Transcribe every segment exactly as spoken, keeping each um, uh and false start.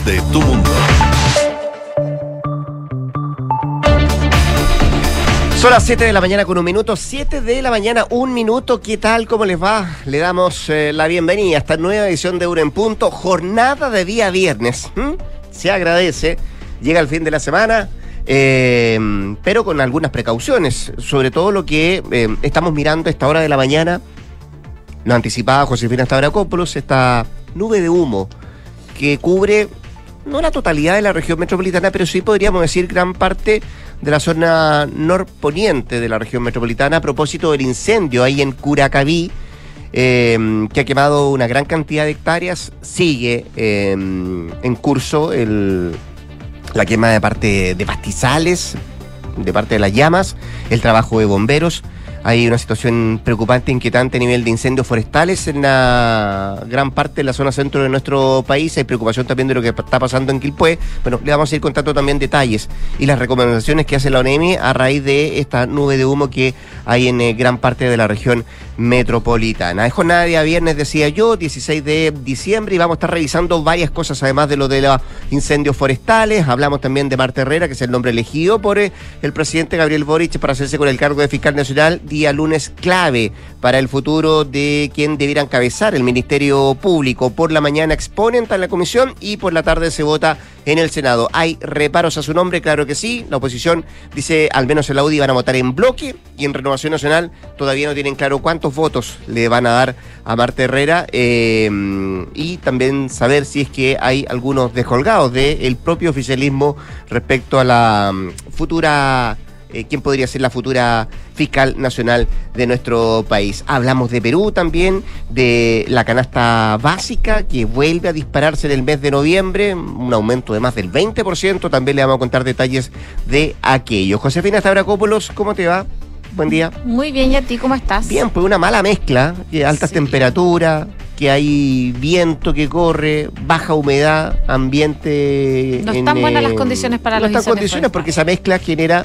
de tu mundo. Son las siete de la mañana con un minuto, siete de la mañana, un minuto. ¿Qué tal? ¿Cómo les va? Le damos eh, la bienvenida a esta nueva edición de Una en Punto, jornada de día viernes. ¿Mm? Se agradece, llega el fin de la semana, eh, pero con algunas precauciones, sobre todo lo que eh, estamos mirando a esta hora de la mañana, lo anticipaba Josefina Stavrakopoulos, esta nube de humo que cubre no la totalidad de la región metropolitana, pero sí podríamos decir gran parte de la zona norponiente de la región metropolitana a propósito del incendio ahí en Curacaví, eh, que ha quemado una gran cantidad de hectáreas. Sigue eh, en curso el, la quema de parte de pastizales, de parte de las llamas, el trabajo de bomberos. Hay una situación preocupante, inquietante a nivel de incendios forestales en la gran parte de la zona centro de nuestro país. Hay preocupación también de lo que está pasando en Quilpué. Bueno, le vamos a ir contando también detalles y las recomendaciones que hace la ONEMI a raíz de esta nube de humo que hay en eh, gran parte de la región metropolitana. Es jornada de día viernes, decía yo, dieciséis de diciembre, y vamos a estar revisando varias cosas, además de lo de los incendios forestales. Hablamos también de Marta Herrera, que es el nombre elegido por eh, el presidente Gabriel Boric para hacerse con el cargo de fiscal nacional. Día lunes clave para el futuro de quien debiera encabezar el Ministerio Público. Por la mañana exponen en la comisión y por la tarde se vota en el Senado. ¿Hay reparos a su nombre? Claro que sí. La oposición dice, al menos en la U D I van a votar en bloque, y en Renovación Nacional todavía no tienen claro cuántos votos le van a dar a Marta Herrera, eh, y también saber si es que hay algunos descolgados del propio oficialismo respecto a la um, futura... Eh, quién podría ser la futura fiscal nacional de nuestro país. Hablamos de Perú también, de la canasta básica que vuelve a dispararse en el mes de noviembre, un aumento de más del veinte por ciento. También le vamos a contar detalles de aquello. Josefina Stavrakopoulos, ¿cómo te va? Buen día. Muy bien, ¿y a ti cómo estás? Bien, pues una mala mezcla, que altas sí. temperaturas, que hay viento que corre, baja humedad, ambiente... No están en, buenas las condiciones para no los incendios. No están forestales. condiciones porque esa mezcla genera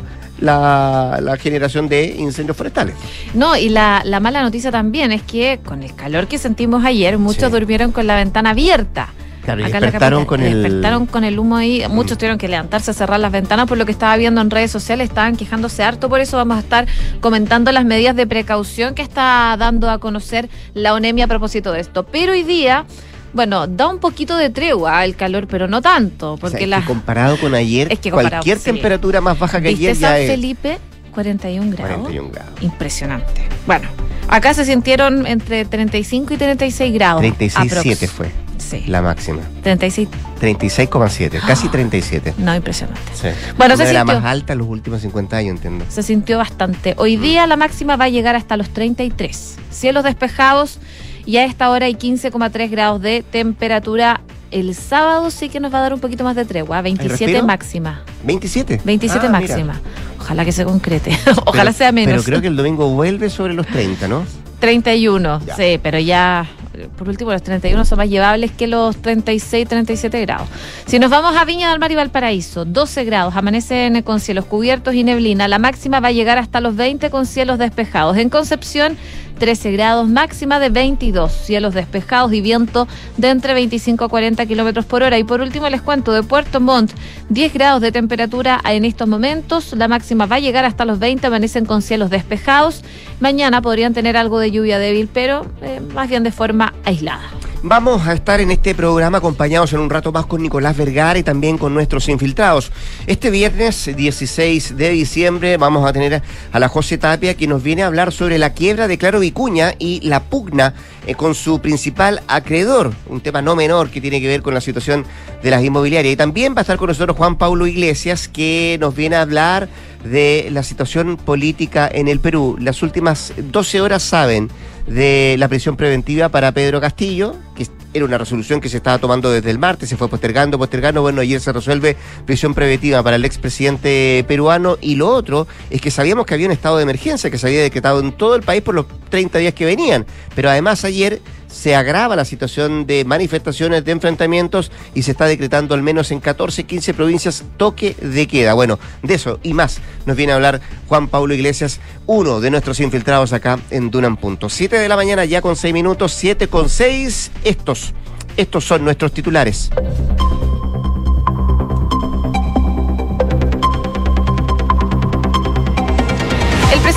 la, la generación de incendios forestales. No, y la, la mala noticia también es que con el calor que sentimos ayer, muchos sí. durmieron con la ventana abierta. Claro, y despertaron con el... despertaron con el humo ahí. Mm. Muchos tuvieron que levantarse a cerrar las ventanas por lo que estaba viendo en redes sociales. Estaban quejándose harto, por eso vamos a estar comentando las medidas de precaución que está dando a conocer la ONEMI a propósito de esto. Pero hoy día, bueno, da un poquito de tregua el calor, pero no tanto. Porque o sea, es la... que comparado con ayer, es que comparado, cualquier sí. temperatura más baja que ayer ya San es... Felipe, cuarenta y un grados. cuarenta y un grados. Impresionante. Bueno, acá se sintieron entre treinta y cinco y treinta y seis grados. treinta y seis coma siete fue. Sí. La máxima. treinta y seis. treinta y seis coma siete, casi treinta y siete. No, impresionante. Sí. Bueno, no se era sintió, más alta en los últimos cincuenta años, entiendo. Se sintió bastante. Hoy día la máxima va a llegar hasta los treinta y tres. Cielos despejados y a esta hora hay quince coma tres grados de temperatura. El sábado sí que nos va a dar un poquito más de tregua, veintisiete máxima. ¿veintisiete? veintisiete ah, máxima. Mira. Ojalá que se concrete. Ojalá pero, sea menos. Pero creo que el domingo vuelve sobre los treinta, ¿no? treinta y uno, ya. Sí, pero ya, por último, los treinta y uno son más llevables que los treinta y seis, treinta y siete grados. Si nos vamos a Viña del Mar y Valparaíso, doce grados, amanecen con cielos cubiertos y neblina. La máxima va a llegar hasta los veinte con cielos despejados. En Concepción, trece grados, máxima de veintidós, cielos despejados y viento de entre veinticinco a cuarenta kilómetros por hora. Y por último les cuento de Puerto Montt, diez grados de temperatura en estos momentos, la máxima va a llegar hasta los veinte, amanecen con cielos despejados. Mañana podrían tener algo de lluvia débil, pero eh, más bien de forma aislada. Vamos a estar en este programa acompañados en un rato más con Nicolás Vergara y también con nuestros infiltrados. Este viernes dieciséis de diciembre vamos a tener a la José Tapia, que nos viene a hablar sobre la quiebra de Claro Vicuña y la pugna eh, con su principal acreedor, un tema no menor que tiene que ver con la situación de las inmobiliarias. Y también va a estar con nosotros Juan Pablo Iglesias, que nos viene a hablar de la situación política en el Perú. Las últimas doce horas saben de la prisión preventiva para Pedro Castillo, que era una resolución que se estaba tomando desde el martes, se fue postergando, postergando, bueno, ayer se resuelve prisión preventiva para el expresidente peruano. Y lo otro es que sabíamos que había un estado de emergencia que se había decretado en todo el país por los treinta días que venían, pero además ayer se agrava la situación de manifestaciones, de enfrentamientos, y se está decretando al menos en catorce, quince provincias toque de queda. Bueno, de eso y más nos viene a hablar Juan Pablo Iglesias, uno de nuestros infiltrados acá en Duna en Punto. siete de la mañana ya con seis minutos, siete con seis. Estos, estos son nuestros titulares.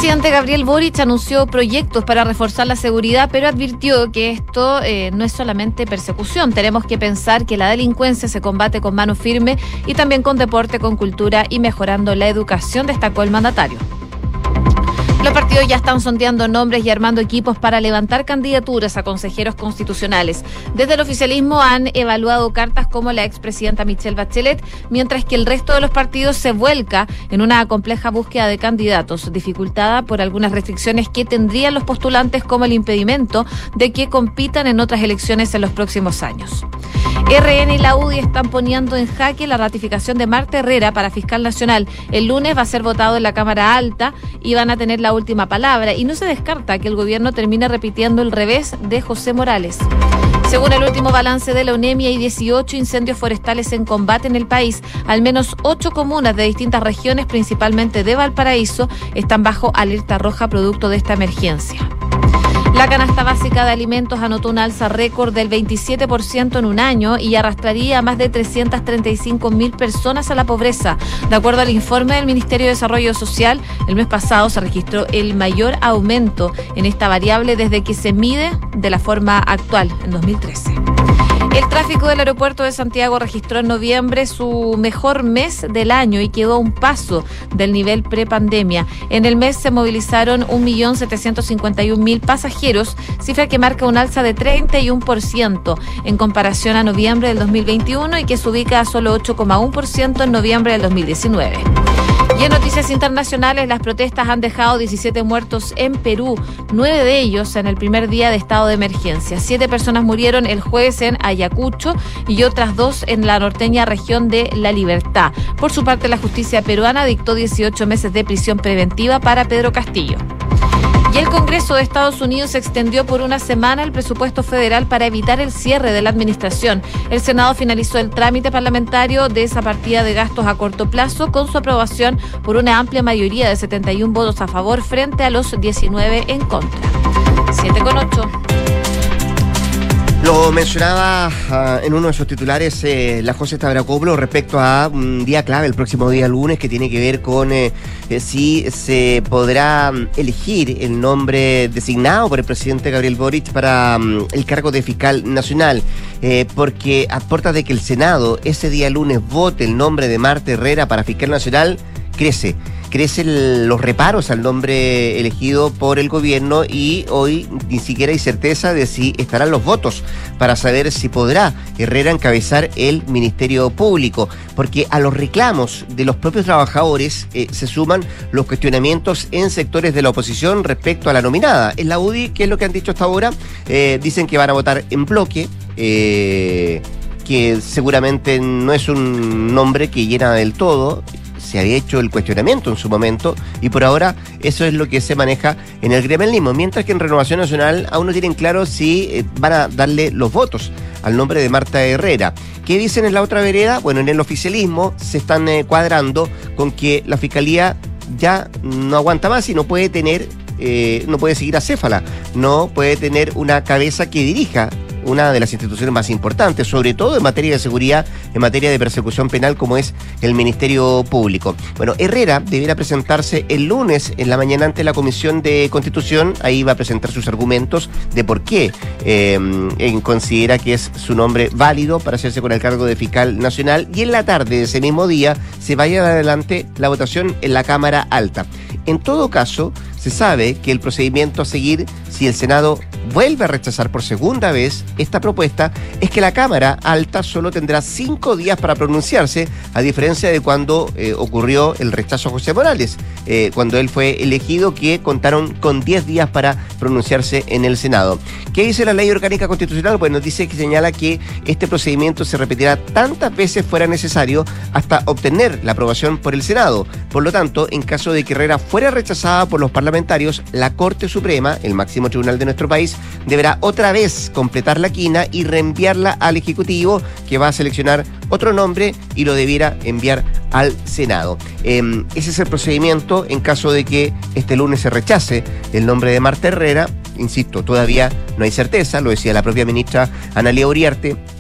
presidente Gabriel Boric anunció proyectos para reforzar la seguridad, pero advirtió que esto eh, no es solamente persecución. Tenemos que pensar que la delincuencia se combate con mano firme y también con deporte, con cultura y mejorando la educación, destacó el mandatario. Los partidos ya están sondeando nombres y armando equipos para levantar candidaturas a consejeros constitucionales. Desde el oficialismo han evaluado cartas como la expresidenta Michelle Bachelet, mientras que el resto de los partidos se vuelca en una compleja búsqueda de candidatos, dificultada por algunas restricciones que tendrían los postulantes, como el impedimento de que compitan en otras elecciones en los próximos años. R N y la U D I están poniendo en jaque la ratificación de Marta Herrera para fiscal nacional. El lunes va a ser votado en la Cámara Alta y van a tener la última palabra, y no se descarta que el gobierno termine repitiendo el revés de José Morales. Según el último balance de la UNEMI, hay dieciocho incendios forestales en combate en el país. Al menos ocho comunas de distintas regiones, principalmente de Valparaíso, están bajo alerta roja producto de esta emergencia. La canasta básica de alimentos anotó un alza récord del veintisiete por ciento en un año y arrastraría a más de trescientas treinta y cinco mil personas a la pobreza. De acuerdo al informe del Ministerio de Desarrollo Social, el mes pasado se registró el mayor aumento en esta variable desde que se mide de la forma actual, en dos mil trece. El tráfico del aeropuerto de Santiago registró en noviembre su mejor mes del año y quedó a un paso del nivel prepandemia. En el mes se movilizaron un millón setecientos cincuenta y un mil pasajeros, cifra que marca un alza de treinta y uno por ciento en comparación a noviembre del dos mil veintiuno y que se ubica a solo ocho coma uno por ciento en noviembre del dos mil diecinueve. Y en noticias internacionales, las protestas han dejado diecisiete muertos en Perú, nueve de ellos en el primer día de estado de emergencia. Siete personas murieron el jueves en Ayacucho y otras dos en la norteña región de La Libertad. Por su parte, la justicia peruana dictó dieciocho meses de prisión preventiva para Pedro Castillo. Y el Congreso de Estados Unidos extendió por una semana el presupuesto federal para evitar el cierre de la administración. El Senado finalizó el trámite parlamentario de esa partida de gastos a corto plazo con su aprobación por una amplia mayoría de setenta y uno votos a favor frente a los diecinueve en contra. siete con ocho. Lo mencionaba uh, en uno de sus titulares eh, la José Stavrakopoulos respecto a un día clave, el próximo día lunes, que tiene que ver con eh, eh, si se podrá um, elegir el nombre designado por el presidente Gabriel Boric para um, el cargo de fiscal nacional, eh, porque a puertas de que el Senado ese día lunes vote el nombre de Marta Herrera para fiscal nacional, crece. Crecen los reparos al nombre elegido por el gobierno y hoy ni siquiera hay certeza de si estarán los votos para saber si podrá Herrera encabezar el Ministerio Público, porque a los reclamos de los propios trabajadores eh, se suman los cuestionamientos en sectores de la oposición respecto a la nominada. En la U D I, ¿qué es lo que han dicho hasta ahora? Eh, dicen que van a votar en bloque, eh, que seguramente no es un nombre que llena del todo. Se había hecho el cuestionamiento en su momento y por ahora eso es lo que se maneja en el gremialismo, mientras que en Renovación Nacional aún no tienen claro si eh, van a darle los votos al nombre de Marta Herrera. ¿Qué dicen en la otra vereda? Bueno, en el oficialismo se están eh, cuadrando con que la Fiscalía ya no aguanta más y no puede tener, eh, no puede seguir acéfala, no puede tener una cabeza que dirija una de las instituciones más importantes, sobre todo en materia de seguridad, en materia de persecución penal, como es el Ministerio Público. Bueno, Herrera debiera presentarse el lunes en la mañana ante la Comisión de Constitución. Ahí va a presentar sus argumentos de por qué eh, considera que es su nombre válido para hacerse con el cargo de fiscal nacional, y en la tarde de ese mismo día se vaya adelante la votación en la Cámara Alta. En todo caso, se sabe que el procedimiento a seguir, si el Senado vuelve a rechazar por segunda vez esta propuesta, es que la Cámara Alta solo tendrá cinco días para pronunciarse, a diferencia de cuando eh, ocurrió el rechazo a José Morales, eh, cuando él fue elegido, que contaron con diez días para pronunciarse en el Senado. ¿Qué dice la Ley Orgánica Constitucional? Bueno, dice que señala que este procedimiento se repetirá tantas veces fuera necesario hasta obtener la aprobación por el Senado. Por lo tanto, en caso de que Herrera fuera rechazada por los parlamentarios, la Corte Suprema, el máximo tribunal de nuestro país, deberá otra vez completar la quina y reenviarla al Ejecutivo, que va a seleccionar otro nombre y lo debiera enviar al Senado. Eh, ese es el procedimiento en caso de que este lunes se rechace el nombre de Marta Herrera. Insisto, todavía no hay certeza, lo decía la propia ministra Analía Uriarte,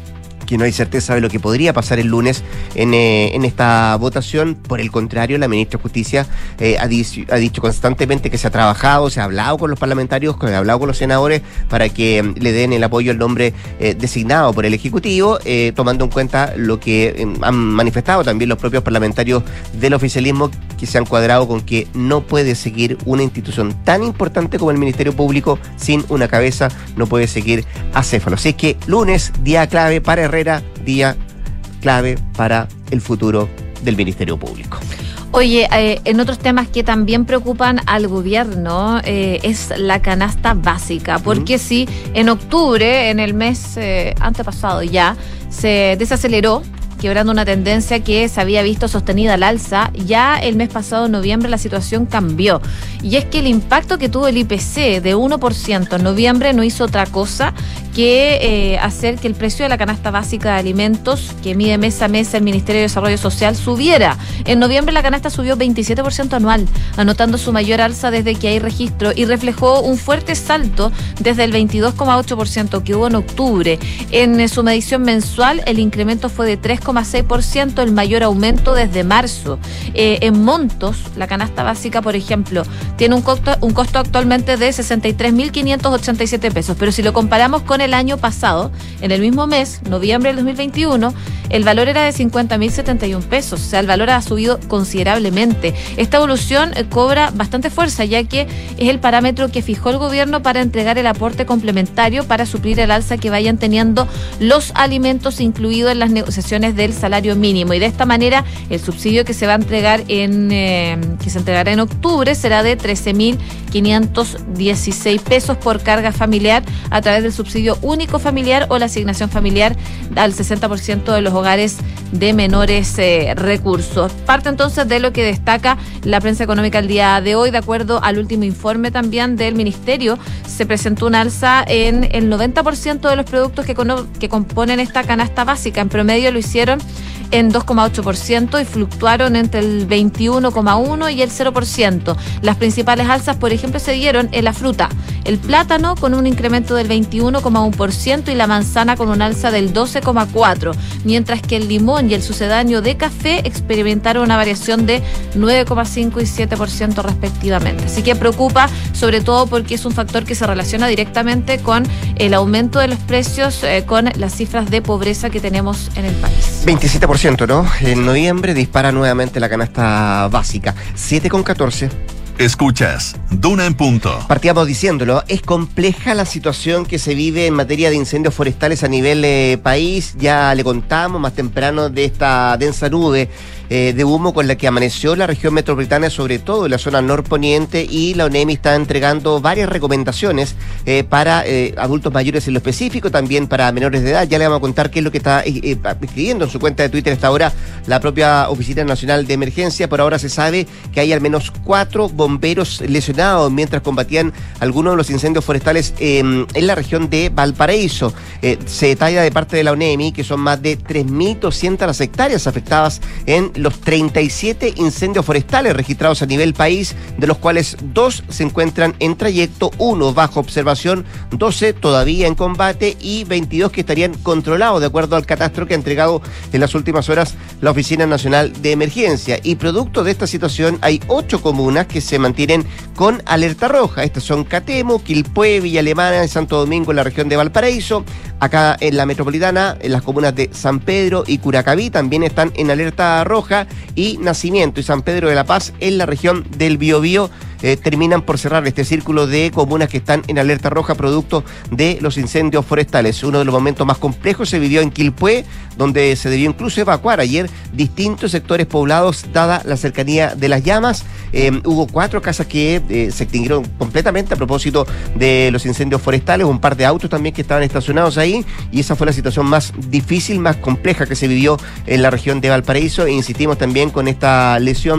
que no hay certeza de lo que podría pasar el lunes en, eh, en esta votación. Por el contrario, la ministra de Justicia eh, ha, dicho, ha dicho constantemente que se ha trabajado, se ha hablado con los parlamentarios, que se ha hablado con los senadores para que eh, le den el apoyo al nombre eh, designado por el Ejecutivo, eh, tomando en cuenta lo que eh, han manifestado también los propios parlamentarios del oficialismo, que se han cuadrado con que no puede seguir una institución tan importante como el Ministerio Público sin una cabeza, no puede seguir acéfalo. Así es que lunes, día clave para Herrera, día clave para el futuro del Ministerio Público. Oye, eh, en otros temas que también preocupan al gobierno eh, es la canasta básica, porque uh-huh. si en octubre, en el mes eh, antepasado ya, se desaceleró, quebrando una tendencia que se había visto sostenida al alza, ya el mes pasado, en noviembre, la situación cambió. Y es que el impacto que tuvo el I P C de uno por ciento en noviembre no hizo otra cosa que eh, hacer que el precio de la canasta básica de alimentos, que mide mes a mes el Ministerio de Desarrollo Social, subiera. En noviembre la canasta subió veintisiete por ciento anual, anotando su mayor alza desde que hay registro, y reflejó un fuerte salto desde el veintidós coma ocho por ciento que hubo en octubre. En su medición mensual, el incremento fue de tres coma seis por ciento, el mayor aumento desde marzo. Eh, en montos, la canasta básica, por ejemplo, tiene un costo, un costo actualmente de sesenta y tres mil quinientos ochenta y siete pesos, pero si lo comparamos con el año pasado, en el mismo mes, noviembre del dos mil veintiuno, el valor era de cincuenta mil setenta y un pesos, o sea, el valor ha subido considerablemente. Esta evolución eh, cobra bastante fuerza, ya que es el parámetro que fijó el gobierno para entregar el aporte complementario para suplir el alza que vayan teniendo los alimentos, incluido en las negociaciones del salario mínimo. Y de esta manera, el subsidio que se va a entregar en eh, que se entregará en octubre será de trece mil quinientos dieciséis pesos por carga familiar a través del subsidio único familiar o la asignación familiar al sesenta por ciento de los hogares de menores eh, recursos. Parte entonces de lo que destaca la prensa económica el día de hoy. De acuerdo al último informe también del Ministerio, se presentó un alza en el noventa por ciento de los productos que, cono- que componen esta canasta básica. En promedio lo hicieron en dos coma ocho por ciento y fluctuaron entre el veintiuno coma uno por ciento y el cero por ciento. Las principales alzas, por ejemplo, se dieron en la fruta. El plátano con un incremento del veintiuno coma uno por ciento y la manzana con un alza del doce coma cuatro por ciento, mientras que el limón y el sucedáneo de café experimentaron una variación de nueve coma cinco por ciento y siete por ciento respectivamente. Así que preocupa, sobre todo porque es un factor que se relaciona directamente con el aumento de los precios, eh, con las cifras de pobreza que tenemos en el país. veintisiete por ciento, ¿no? En noviembre dispara nuevamente la canasta básica. siete con catorce. Escuchas Duna en Punto. Partíamos diciéndolo, es compleja la situación que se vive en materia de incendios forestales a nivel eh, país. Ya le contamos más temprano de esta densa nube eh, de humo con la que amaneció la región metropolitana, sobre todo en la zona norponiente, y la ONEMI está entregando varias recomendaciones eh, para eh, adultos mayores en lo específico, también para menores de edad. Ya le vamos a contar qué es lo que está eh, eh, escribiendo en su cuenta de Twitter a esta hora la propia Oficina Nacional de Emergencia. Por ahora se sabe que hay al menos cuatro bomberos lesionados mientras combatían algunos de los incendios forestales eh, en la región de Valparaíso. Eh, se detalla de parte de la ONEMI que son más de tres mil doscientas las hectáreas afectadas en los treinta y siete incendios forestales registrados a nivel país, de los cuales dos se encuentran en trayecto, uno bajo observación, doce todavía en combate y veintidós que estarían controlados, de acuerdo al catastro que ha entregado en las últimas horas la Oficina Nacional de Emergencia. Y producto de esta situación hay ocho comunas que se mantienen con alerta roja. Estas son Catemo, Quilpué, Villa Alemana y Santo Domingo en la región de Valparaíso. Acá en la metropolitana, en las comunas de San Pedro y Curacaví también están en alerta roja, y Nacimiento y San Pedro de la Paz en la región del Biobío eh, terminan por cerrar este círculo de comunas que están en alerta roja producto de los incendios forestales. Uno de los momentos más complejos se vivió en Quilpué, donde se debió incluso evacuar ayer distintos sectores poblados dada la cercanía de las llamas. Eh, hubo cuatro casas que eh, se extinguieron completamente a propósito de los incendios forestales, un par de autos también que estaban estacionados ahí, y esa fue la situación más difícil, más compleja que se vivió en la región de Valparaíso. E insistimos también con esta lesión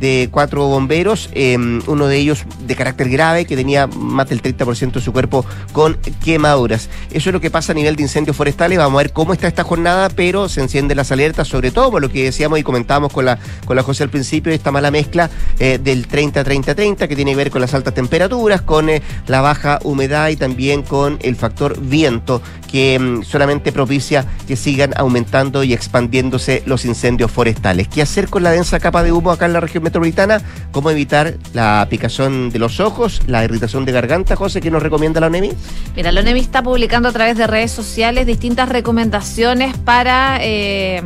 de cuatro bomberos, eh, uno de ellos de carácter grave, que tenía más del treinta por ciento de su cuerpo con quemaduras. Eso es lo que pasa a nivel de incendios forestales. Vamos a ver cómo está esta jornada, pero se encienden las alertas, sobre todo por lo que decíamos y comentábamos con la, con la José al principio, esta mala mezcla eh, del treinta treinta treinta, que tiene que ver con las altas temperaturas, con eh, la baja humedad y también con el factor viento, que mm, solamente propicia que sigan aumentando y expandiéndose los incendios forestales. ¿Qué hacer con la densa capa de humo acá en la región metropolitana? ¿Cómo evitar la picazón de los ojos, la irritación de garganta, José, que nos recomienda la ONEMI? Mira, la ONEMI está publicando a través de redes sociales distintas recomendaciones para... Eh,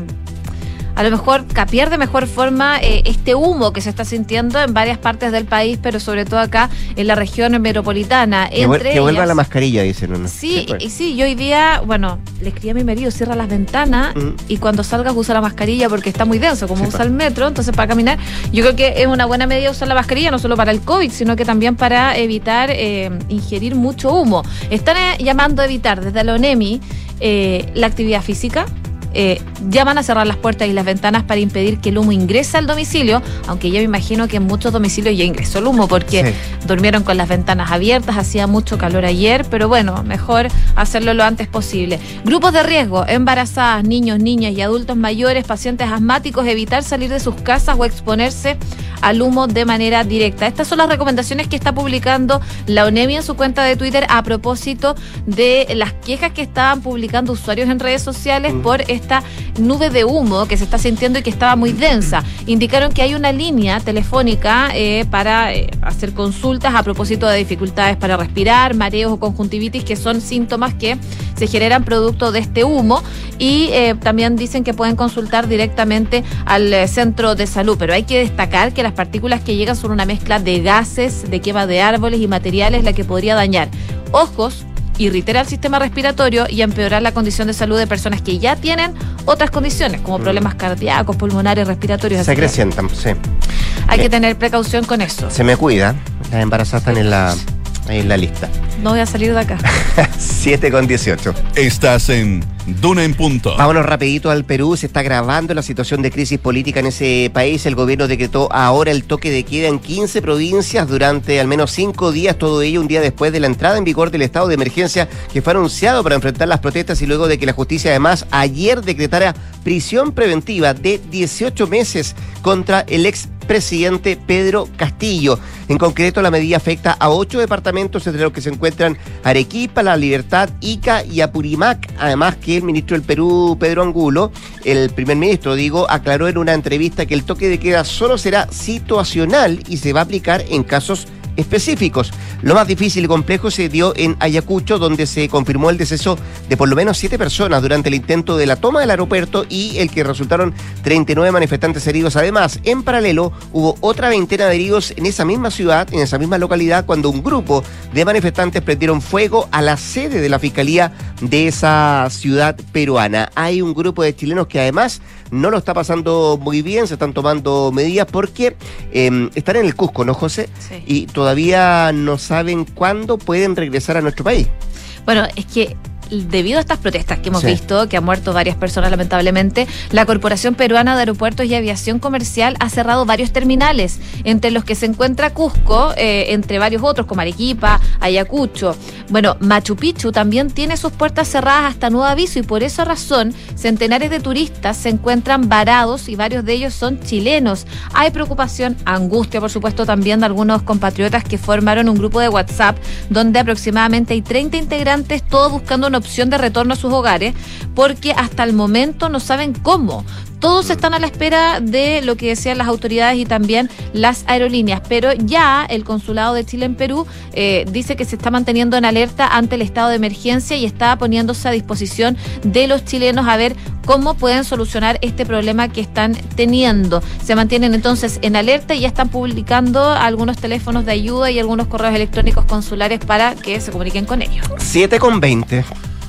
a lo mejor capear de mejor forma eh, este humo que se está sintiendo en varias partes del país, pero sobre todo acá en la región metropolitana. Que, Entre que vuelva ellas, la mascarilla, dicen. ¿No? Sí, sí, pues. y sí, yo hoy día, bueno, le escribí a mi marido, cierra las ventanas mm. y cuando salgas usa la mascarilla porque está muy denso, como sí, usa pues. el metro, entonces para caminar, yo creo que es una buena medida usar la mascarilla, no solo para el COVID, sino que también para evitar eh, ingerir mucho humo. Están eh, llamando a evitar desde la ONEMI eh, la actividad física. Eh, ya van a cerrar las puertas y las ventanas para impedir que el humo ingrese al domicilio, aunque yo me imagino que en muchos domicilios ya ingresó el humo porque sí. durmieron con las ventanas abiertas, hacía mucho calor ayer, pero bueno, mejor hacerlo lo antes posible. Grupos de riesgo, embarazadas, niños, niñas y adultos mayores, pacientes asmáticos, evitar salir de sus casas o exponerse al humo de manera directa. Estas son las recomendaciones que está publicando la ONEMI en su cuenta de Twitter a propósito de las quejas que estaban publicando usuarios en redes sociales mm. por esta nube de humo que se está sintiendo y que estaba muy densa. Indicaron que hay una línea telefónica eh, para eh, hacer consultas a propósito de dificultades para respirar, mareos o conjuntivitis, que son síntomas que se generan producto de este humo, y eh, también dicen que pueden consultar directamente al eh, centro de salud, pero hay que destacar que las partículas que llegan son una mezcla de gases, de quema de árboles y materiales, la que podría dañar ojos, irritar el sistema respiratorio y empeorar la condición de salud de personas que ya tienen otras condiciones, como problemas cardíacos, pulmonares, respiratorios. Se acrecientan, sí. Hay eh, que tener precaución con eso. Se me cuida, las embarazadas están en la, en la lista. No voy a salir de acá. siete con dieciocho. Estás en Duna en Punto. Vámonos rapidito al Perú. Se está agravando la situación de crisis política en ese país. El gobierno decretó ahora el toque de queda en quince provincias durante al menos cinco días, todo ello un día después de la entrada en vigor del estado de emergencia que fue anunciado para enfrentar las protestas y luego de que la justicia además ayer decretara prisión preventiva de dieciocho meses contra el ex presidente Pedro Castillo. En concreto, la medida afecta a ocho departamentos, entre los que se encuentran Arequipa, La Libertad, Ica y Apurímac. Además que el ministro del Perú, Pedro Angulo, el primer ministro, digo, aclaró en una entrevista que el toque de queda solo será situacional y se va a aplicar en casos específicos. Lo más difícil y complejo se dio en Ayacucho, donde se confirmó el deceso de por lo menos siete personas durante el intento de la toma del aeropuerto y el que resultaron treinta y nueve manifestantes heridos. Además, en paralelo, hubo otra veintena de heridos en esa misma ciudad, en esa misma localidad, cuando un grupo de manifestantes prendieron fuego a la sede de la Fiscalía de esa ciudad peruana. Hay un grupo de chilenos que además no lo está pasando muy bien, se están tomando medidas porque eh, están en el Cusco, ¿no, José? Sí. Y todavía no saben cuándo pueden regresar a nuestro país. Bueno, es que debido a estas protestas que hemos sí. visto, que han muerto varias personas lamentablemente, la Corporación Peruana de Aeropuertos y Aviación Comercial ha cerrado varios terminales, entre los que se encuentra Cusco, eh, entre varios otros como Arequipa, Ayacucho. Bueno, Machu Picchu también tiene sus puertas cerradas hasta nuevo aviso y por esa razón centenares de turistas se encuentran varados y varios de ellos son chilenos. Hay preocupación, angustia por supuesto también de algunos compatriotas que formaron un grupo de WhatsApp donde aproximadamente hay treinta integrantes, todos buscando una opción de retorno a sus hogares, porque hasta el momento no saben cómo. Todos están a la espera de lo que decían las autoridades y también las aerolíneas, pero ya el Consulado de Chile en Perú eh, dice que se está manteniendo en alerta ante el estado de emergencia y está poniéndose a disposición de los chilenos a ver cómo pueden solucionar este problema que están teniendo. Se mantienen entonces en alerta y ya están publicando algunos teléfonos de ayuda y algunos correos electrónicos consulares para que se comuniquen con ellos. siete con veinte.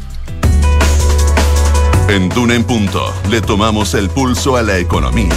En Duna en Punto le tomamos el pulso a la economía.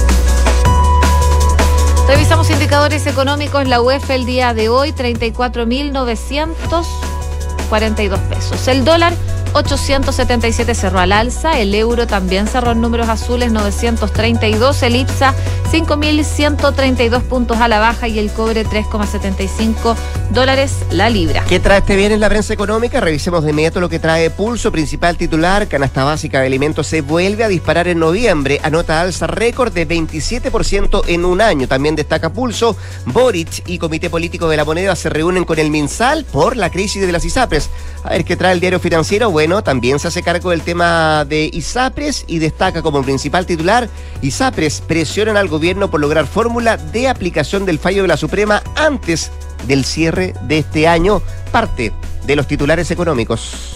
Revisamos indicadores económicos. La U E F el día de hoy, treinta y cuatro mil novecientos cuarenta y dos pesos. El dólar, ochocientos setenta y siete, cerró al alza. El euro también cerró en números azules, novecientos treinta y dos. El IPSA cinco mil ciento treinta y dos puntos a la baja y el cobre tres coma setenta y cinco dólares la libra. ¿Qué trae este viernes la prensa económica? Revisemos de inmediato lo que trae Pulso, principal titular. Canasta básica de alimentos se vuelve a disparar en noviembre, anota alza récord de veintisiete por ciento en un año. También destaca Pulso, Boric y Comité Político de la Moneda se reúnen con el MinSal por la crisis de las ISAPRES. A ver qué trae el Diario Financiero. Bueno, también se hace cargo del tema de ISAPRES y destaca como principal titular: ISAPRES presionan al gobierno por lograr fórmula de aplicación del fallo de la Suprema antes del cierre de este año. Parte de los titulares económicos.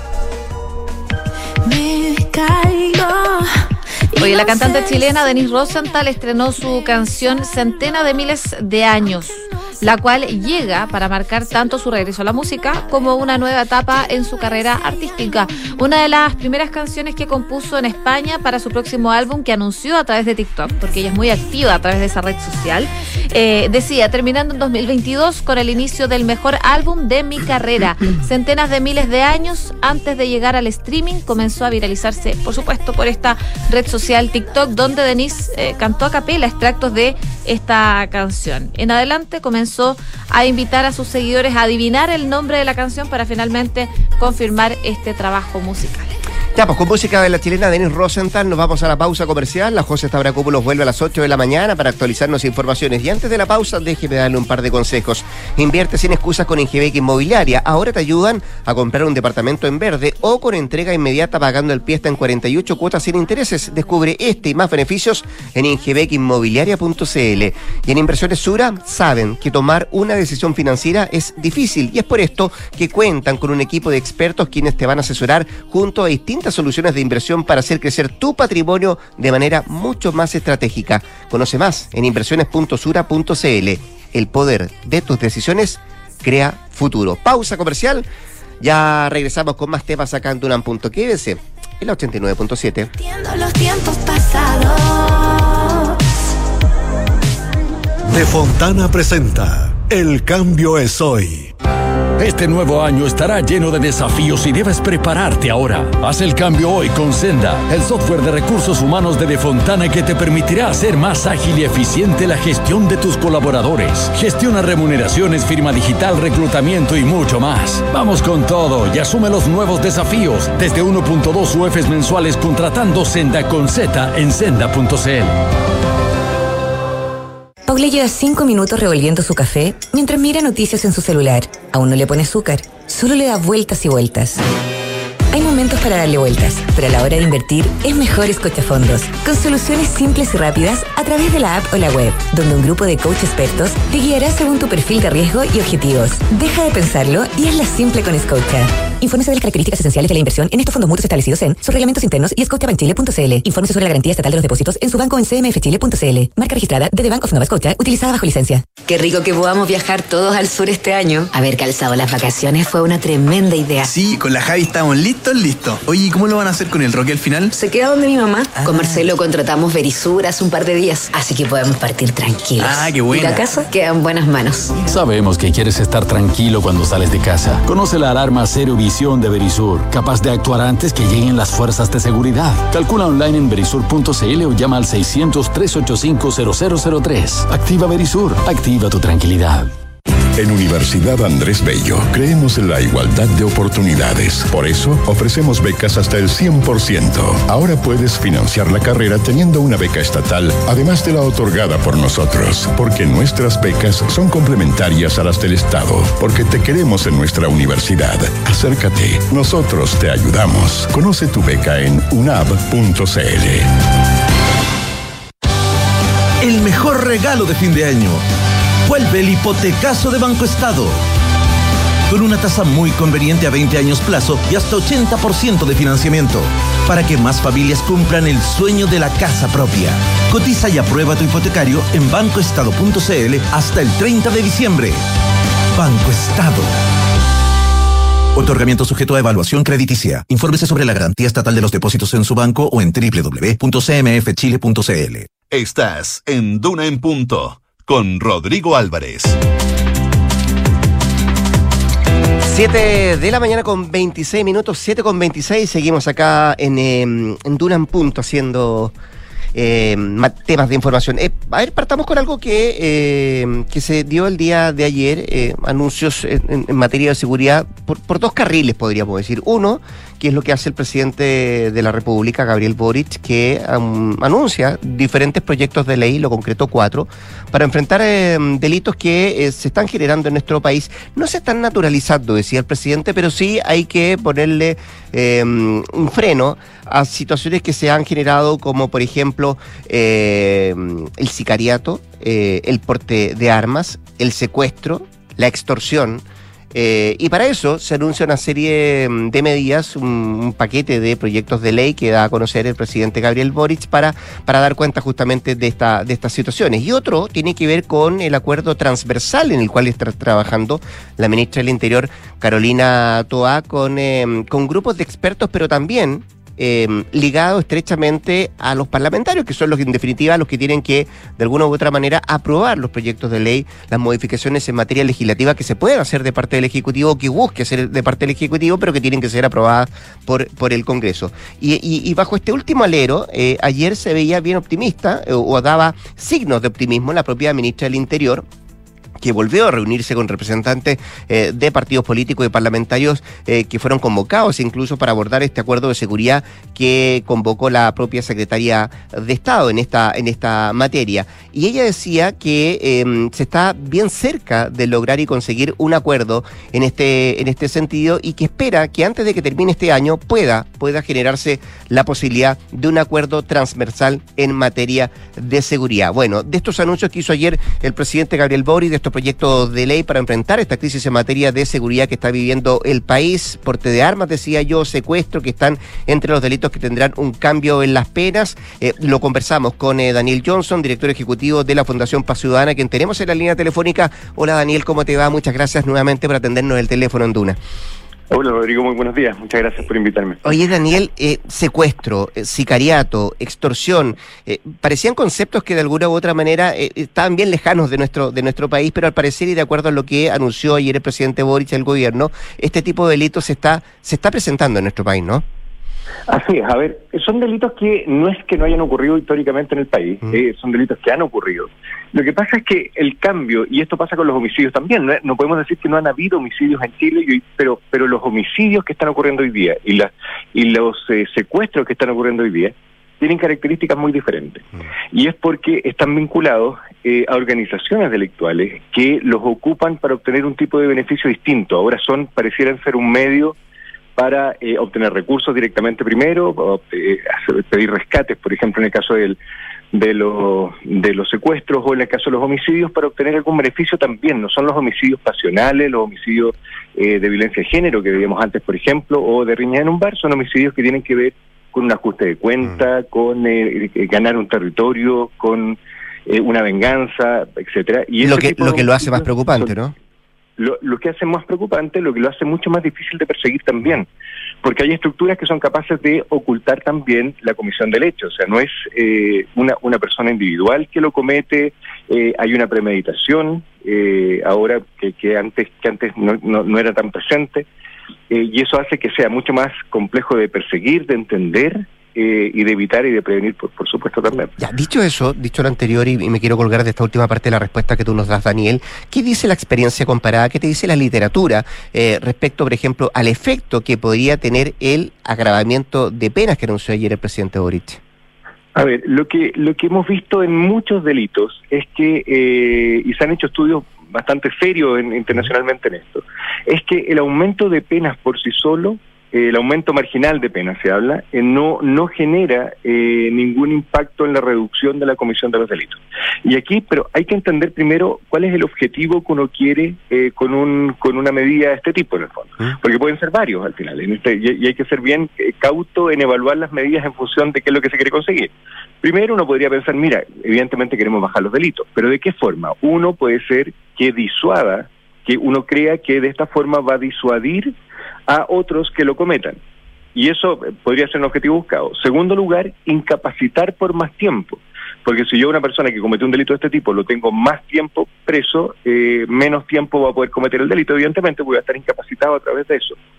Me caigo. Oye, la cantante chilena Denise Rosenthal estrenó su canción Centena de Miles de Años, la cual llega para marcar tanto su regreso a la música como una nueva etapa en su carrera artística. Una de las primeras canciones que compuso en España para su próximo álbum, que anunció a través de TikTok, porque ella es muy activa a través de esa red social. Eh, decía, terminando en dos mil veintidós con el inicio del mejor álbum de mi carrera. Centenas de miles de años antes de llegar al streaming, comenzó a viralizarse, por supuesto, por esta red social TikTok, donde Denise eh, cantó a capela extractos de esta canción. En adelante comenzó a invitar a sus seguidores a adivinar el nombre de la canción para finalmente confirmar este trabajo musical. Ya, pues con música de la chilena Denise Rosenthal nos vamos a la pausa comercial. La José Stavrakopoulos vuelve a las ocho de la mañana para actualizarnos informaciones. Y antes de la pausa, déjeme darle un par de consejos. Invierte sin excusas con Ingebec Inmobiliaria. Ahora te ayudan a comprar un departamento en verde o con entrega inmediata pagando el pie hasta en cuarenta y ocho cuotas sin intereses. Descubre este y más beneficios en ingebec inmobiliaria punto c l. Y en Inversiones Sura saben que tomar una decisión financiera es difícil y es por esto que cuentan con un equipo de expertos quienes te van a asesorar junto a distintas soluciones de inversión para hacer crecer tu patrimonio de manera mucho más estratégica. Conoce más en inversiones punto sura punto c l. El poder de tus decisiones crea futuro. Pausa comercial. Ya regresamos con más temas acá en Dunan punto Q B C, en la ochenta y nueve punto siete. Los tiempos pasados. De Fontana presenta El cambio es hoy. Este nuevo año estará lleno de desafíos y debes prepararte ahora. Haz el cambio hoy con Senda, el software de recursos humanos de De Fontana que te permitirá hacer más ágil y eficiente la gestión de tus colaboradores. Gestiona remuneraciones, firma digital, reclutamiento y mucho más. Vamos con todo y asume los nuevos desafíos desde uno punto dos U Fs mensuales contratando Senda con Z en senda punto c l. Paula lleva cinco minutos revolviendo su café mientras mira noticias en su celular. Aún no le pone azúcar, solo le da vueltas y vueltas. Hay momentos para darle vueltas, pero a la hora de invertir es mejor Escochafondos, con soluciones simples y rápidas a través de la app o la web, donde un grupo de coach expertos te guiará según tu perfil de riesgo y objetivos. Deja de pensarlo y hazla simple con Scotia. Infórmese de las características esenciales de la inversión en estos fondos mutuos establecidos en sus reglamentos internos y scotiabank-chile punto c l. Infórmese sobre la garantía estatal de los depósitos en su banco en c m f chile punto c l. Marca registrada de The Bank of Nova Scotia, utilizada bajo licencia. Qué rico que podamos viajar todos al sur este año. Haber calzado las vacaciones fue una tremenda idea. Sí, con la Javi estamos listos, listos. Oye, ¿y cómo lo van a hacer con el Roque al final? Se queda donde mi mamá. Ah. Con Marcelo contratamos Verisur hace un par de días, así que podemos partir tranquilos. Ah, qué buena. Y la casa queda en buenas manos. Sabemos que quieres estar tranquilo cuando sales de casa. Conoce la alarma Cero Visión de Verisur, capaz de actuar antes que lleguen las fuerzas de seguridad. Calcula online en verisur punto c l o llama al seiscientos, trescientos ochenta y cinco, cero cero cero tres. Activa Verisur. Activa tu tranquilidad. En Universidad Andrés Bello creemos en la igualdad de oportunidades. Por eso ofrecemos becas hasta el cien por ciento. Ahora puedes financiar la carrera teniendo una beca estatal, además de la otorgada por nosotros. Porque nuestras becas son complementarias a las del Estado. Porque te queremos en nuestra universidad. Acércate, nosotros te ayudamos. Conoce tu beca en u n a b punto c l. El mejor regalo de fin de año. Vuelve el hipotecazo de Banco Estado. Con una tasa muy conveniente a veinte años plazo y hasta ochenta por ciento de financiamiento. Para que más familias cumplan el sueño de la casa propia. Cotiza y aprueba tu hipotecario en banco estado punto c l hasta el treinta de diciembre. Banco Estado. Otorgamiento sujeto a evaluación crediticia. Infórmese sobre la garantía estatal de los depósitos en su banco o en doble u doble u doble u punto c m f chile punto c l. Estás en Duna en Punto con Rodrigo Álvarez. siete de la mañana con veintiséis minutos, siete con veintiséis. Seguimos acá en, eh, en Duna en Punto haciendo eh, temas de información. Eh, a ver, partamos con algo que, eh, que se dio el día de ayer, eh, anuncios en, en materia de seguridad por, por dos carriles, podríamos decir. Uno, que es lo que hace el presidente de la República, Gabriel Boric, que um, anuncia diferentes proyectos de ley, lo concretó cuatro, para enfrentar eh, delitos que eh, se están generando en nuestro país. No se están naturalizando, decía el presidente, pero sí hay que ponerle eh, un freno a situaciones que se han generado, como por ejemplo eh, el sicariato, eh, el porte de armas, el secuestro, la extorsión. Eh, y para eso se anuncia una serie de medidas, un, un paquete de proyectos de ley que da a conocer el presidente Gabriel Boric para, para dar cuenta justamente de, esta, de estas situaciones. Y otro tiene que ver con el acuerdo transversal en el cual está trabajando la ministra del Interior, Carolina Toá, con, eh, con grupos de expertos, pero también Eh, ligado estrechamente a los parlamentarios, que son los que en definitiva los que tienen que de alguna u otra manera aprobar los proyectos de ley, las modificaciones en materia legislativa que se pueden hacer de parte del Ejecutivo, que busque hacer de parte del Ejecutivo, pero que tienen que ser aprobadas por, por el Congreso. Y, y, y bajo este último alero, eh, ayer se veía bien optimista, eh, o daba signos de optimismo la propia ministra del Interior, que volvió a reunirse con representantes eh, de partidos políticos y parlamentarios eh, que fueron convocados incluso para abordar este acuerdo de seguridad que convocó la propia Secretaría de Estado en esta, en esta materia. Y ella decía que eh, se está bien cerca de lograr y conseguir un acuerdo en este, en este sentido, y que espera que antes de que termine este año pueda, pueda generarse la posibilidad de un acuerdo transversal en materia de seguridad. Bueno, de estos anuncios que hizo ayer el presidente Gabriel Boric, de estos proyectos de ley para enfrentar esta crisis en materia de seguridad que está viviendo el país, porte de armas, decía yo, secuestro, que están entre los delitos que tendrán un cambio en las penas. Eh, lo conversamos con eh, Daniel Johnson, director ejecutivo de la Fundación Paz Ciudadana, quien tenemos en la línea telefónica. Hola Daniel, ¿cómo te va? Muchas gracias nuevamente por atendernos el teléfono en Duna. Hola Rodrigo, muy buenos días, muchas gracias por invitarme. Oye Daniel, eh, secuestro, eh, sicariato, extorsión, eh, parecían conceptos que de alguna u otra manera eh, estaban bien lejanos de nuestro de nuestro país, pero al parecer, y de acuerdo a lo que anunció ayer el presidente Boric y el gobierno, este tipo de delitos se está, se está presentando en nuestro país, ¿no? Así es, a ver, son delitos que no es que no hayan ocurrido históricamente en el país, mm. eh, son delitos que han ocurrido. Lo que pasa es que el cambio, y esto pasa con los homicidios también, no, no podemos decir que no han habido homicidios en Chile, y, pero pero los homicidios que están ocurriendo hoy día y, la, y los eh, secuestros que están ocurriendo hoy día tienen características muy diferentes. Mm. Y es porque están vinculados eh, a organizaciones delictuales que los ocupan para obtener un tipo de beneficio distinto. Ahora son, parecieran ser un medio para eh, obtener recursos directamente primero, o, eh, pedir rescates, por ejemplo, en el caso del, de, lo, de los secuestros, o en el caso de los homicidios, para obtener algún beneficio también. No son los homicidios pasionales, los homicidios eh, de violencia de género que veíamos antes, por ejemplo, o de riña en un bar, son homicidios que tienen que ver con un ajuste de cuenta, mm. con eh, ganar un territorio, con eh, una venganza, etcétera. Y lo que, lo que lo hace más preocupante, ¿no? Lo, lo que hace más preocupante, lo que lo hace mucho más difícil de perseguir también, porque hay estructuras que son capaces de ocultar también la comisión del hecho. O sea, no es eh, una, una persona individual que lo comete, eh, hay una premeditación, eh, ahora que, que antes que antes no, no, no era tan presente, eh, y eso hace que sea mucho más complejo de perseguir, de entender, Eh, y de evitar y de prevenir, por, por supuesto, también. Ya, dicho eso, dicho lo anterior, y, y me quiero colgar de esta última parte de la respuesta que tú nos das, Daniel, ¿qué dice la experiencia comparada, qué te dice la literatura eh, respecto, por ejemplo, al efecto que podría tener el agravamiento de penas que anunció ayer el presidente Boric? A ver, lo que lo que hemos visto en muchos delitos es que, eh, y se han hecho estudios bastante serios en, internacionalmente en esto, es que el aumento de penas por sí solo, el aumento marginal de penas se habla, eh, no no genera eh, ningún impacto en la reducción de la comisión de los delitos. Y aquí, pero hay que entender primero cuál es el objetivo que uno quiere eh, con un con una medida de este tipo, en el fondo. Porque pueden ser varios al final, en este, y, y hay que ser bien eh, cauto en evaluar las medidas en función de qué es lo que se quiere conseguir. Primero uno podría pensar, mira, evidentemente queremos bajar los delitos, pero ¿de qué forma? Uno puede ser que disuada, que uno crea que de esta forma va a disuadir a otros que lo cometan. Y eso podría ser un objetivo buscado. Segundo lugar, incapacitar por más tiempo. Porque si yo a una persona que cometió un delito de este tipo lo tengo más tiempo preso, eh, menos tiempo va a poder cometer el delito, evidentemente voy a estar incapacitado a través de eso.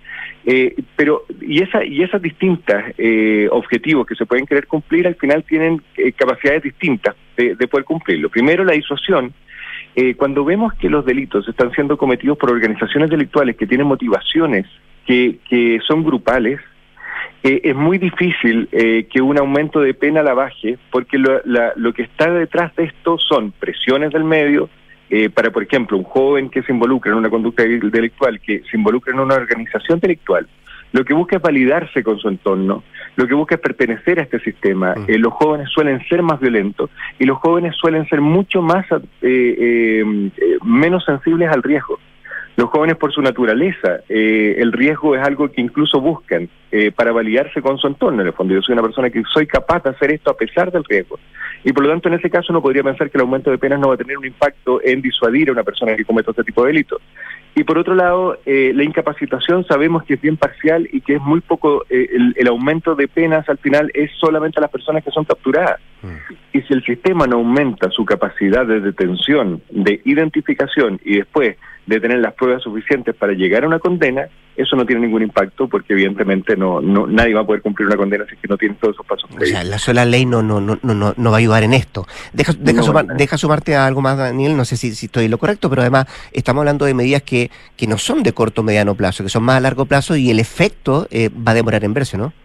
Eh, pero y esa y esas distintas eh, objetivos que se pueden querer cumplir al final tienen eh, capacidades distintas de, de poder cumplirlo. Primero, la disuasión. Eh, cuando vemos que los delitos están siendo cometidos por organizaciones delictuales que tienen motivaciones que, que son grupales, eh, es muy difícil eh, que un aumento de pena la baje, porque lo, la, lo que está detrás de esto son presiones del medio, Eh, para, por ejemplo, un joven que se involucra en una conducta delictual, que se involucra en una organización delictual, lo que busca es validarse con su entorno, lo que busca es pertenecer a este sistema. Eh, los jóvenes suelen ser más violentos y los jóvenes suelen ser mucho más eh, eh, eh, menos sensibles al riesgo. Los jóvenes, por su naturaleza, eh, el riesgo es algo que incluso buscan eh, para validarse con su entorno. En el fondo, yo soy una persona que soy capaz de hacer esto a pesar del riesgo. Y por lo tanto, en ese caso, uno podría pensar que el aumento de penas no va a tener un impacto en disuadir a una persona que cometa este tipo de delitos. Y por otro lado, eh, la incapacitación sabemos que es bien parcial y que es muy poco, eh, el, el aumento de penas al final es solamente a las personas que son capturadas. Mm. Y si el sistema no aumenta su capacidad de detención, de identificación y después de tener las pruebas suficientes para llegar a una condena, eso no tiene ningún impacto porque evidentemente no, no nadie va a poder cumplir una condena si es que no tiene todos esos pasos. O sea, la sola ley no no no no no va a ayudar en esto. Deja, deja, no, sumar, no. deja sumarte a algo más, Daniel, no sé si, si estoy en lo correcto, pero además estamos hablando de medidas que, que no son de corto o mediano plazo, que son más a largo plazo y el efecto eh, va a demorar en verse, ¿no?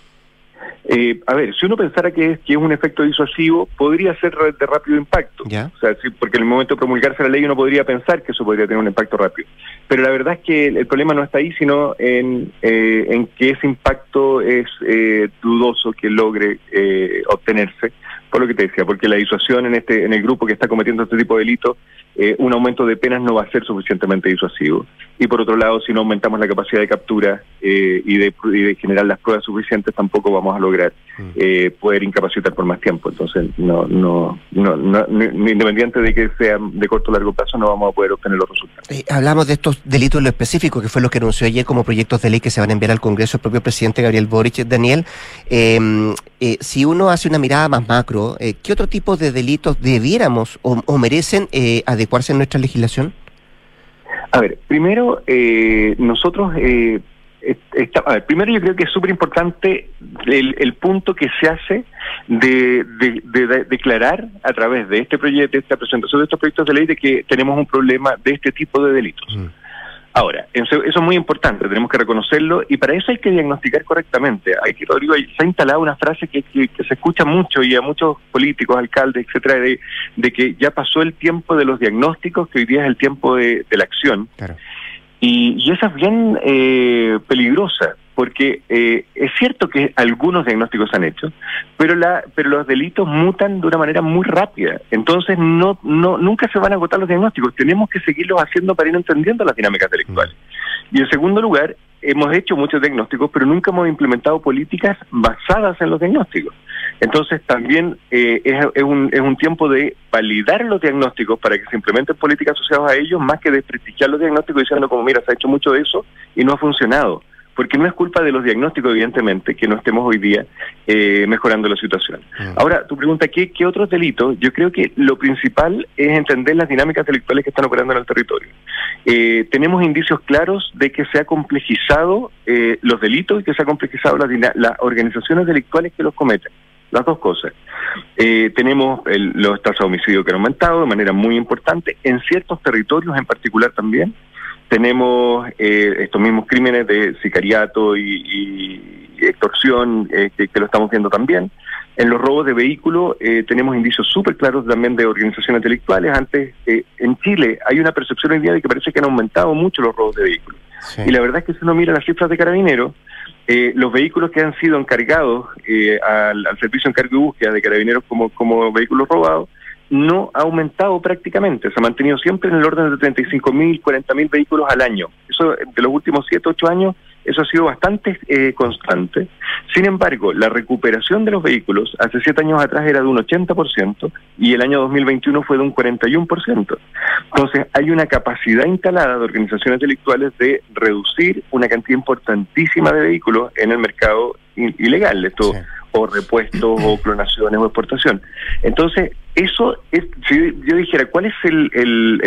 Eh, a ver, si uno pensara que es, que es un efecto disuasivo, podría ser de rápido impacto. ¿Ya? O sea, sí, porque en el momento de promulgarse la ley uno podría pensar que eso podría tener un impacto rápido. Pero la verdad es que el, el problema no está ahí, sino en, eh, en que ese impacto es eh, dudoso que logre eh, obtenerse. Por lo que te decía, porque la disuasión en este en el grupo que está cometiendo este tipo de delitos, eh, un aumento de penas no va a ser suficientemente disuasivo. Y por otro lado, si no aumentamos la capacidad de captura eh, y, de, y de generar las pruebas suficientes, tampoco vamos a lograr eh, poder incapacitar por más tiempo. Entonces, no, no, no, no, no, independiente de que sea de corto o largo plazo, no vamos a poder obtener los resultados. Eh, hablamos de estos delitos en lo específico, que fue lo que anunció ayer como proyectos de ley que se van a enviar al Congreso el propio presidente Gabriel Boric. Daniel, eh, eh, si uno hace una mirada más macro, eh, ¿qué otro tipo de delitos debiéramos o, o merecen eh, adecuarse en nuestra legislación? A ver, primero, eh, nosotros, eh, está, a ver, primero yo creo que es súper importante el, el punto que se hace de, de, de, de declarar a través de este proyecto, de esta presentación de estos proyectos de ley, de que tenemos un problema de este tipo de delitos. Mm. Ahora, eso, eso es muy importante, tenemos que reconocerlo y para eso hay que diagnosticar correctamente. Hay que, Rodrigo, se ha instalado una frase que, que, que se escucha mucho y a muchos políticos, alcaldes, etcétera, de, de que ya pasó el tiempo de los diagnósticos, que hoy día es el tiempo de, de la acción. Claro. Y, y esa es bien eh, peligrosa, porque eh, es cierto que algunos diagnósticos se han hecho, pero la pero los delitos mutan de una manera muy rápida. Entonces no no nunca se van a agotar los diagnósticos. Tenemos que seguirlos haciendo para ir entendiendo las dinámicas delictuales. Mm. Y en segundo lugar, hemos hecho muchos diagnósticos, pero nunca hemos implementado políticas basadas en los diagnósticos. Entonces también eh, es, es, un, es un tiempo de validar los diagnósticos para que se implementen políticas asociadas a ellos, más que desprestigiar los diagnósticos diciendo como, mira, se ha hecho mucho de eso y no ha funcionado. Porque no es culpa de los diagnósticos, evidentemente, que no estemos hoy día eh, mejorando la situación. Uh-huh. Ahora, tu pregunta, ¿qué, ¿qué otros delitos? Yo creo que lo principal es entender las dinámicas delictuales que están operando en el territorio. Eh, tenemos indicios claros de que se ha complejizado eh, los delitos y que se ha complejizado las, las organizaciones delictuales que los cometen. Las dos cosas. Eh, tenemos el, los tasas de homicidio que han aumentado de manera muy importante, en ciertos territorios en particular también. Tenemos eh, estos mismos crímenes de sicariato y, y extorsión eh, que, que lo estamos viendo también. En los robos de vehículos eh, tenemos indicios súper claros también de organizaciones delictuales. Antes, eh, en Chile hay una percepción hoy día de que parece que han aumentado mucho los robos de vehículos. Sí. Y la verdad es que si uno mira las cifras de Carabineros, eh, los vehículos que han sido encargados eh, al, al servicio de encargo y búsqueda de Carabineros como, como vehículos robados, no ha aumentado prácticamente, se ha mantenido siempre en el orden de treinta y cinco mil, cuarenta mil vehículos al año. Eso de los últimos siete, ocho años, eso ha sido bastante eh, constante. Sin embargo, la recuperación de los vehículos hace siete años atrás era de un ochenta por ciento y el año dos mil veintiuno fue de un cuarenta y uno por ciento. Entonces, hay una capacidad instalada de organizaciones delictuales de reducir una cantidad importantísima de vehículos en el mercado ilegal. Esto... Sí. o repuestos, o clonaciones, o exportación. Entonces, eso es, si yo dijera, ¿cuál es el, el, el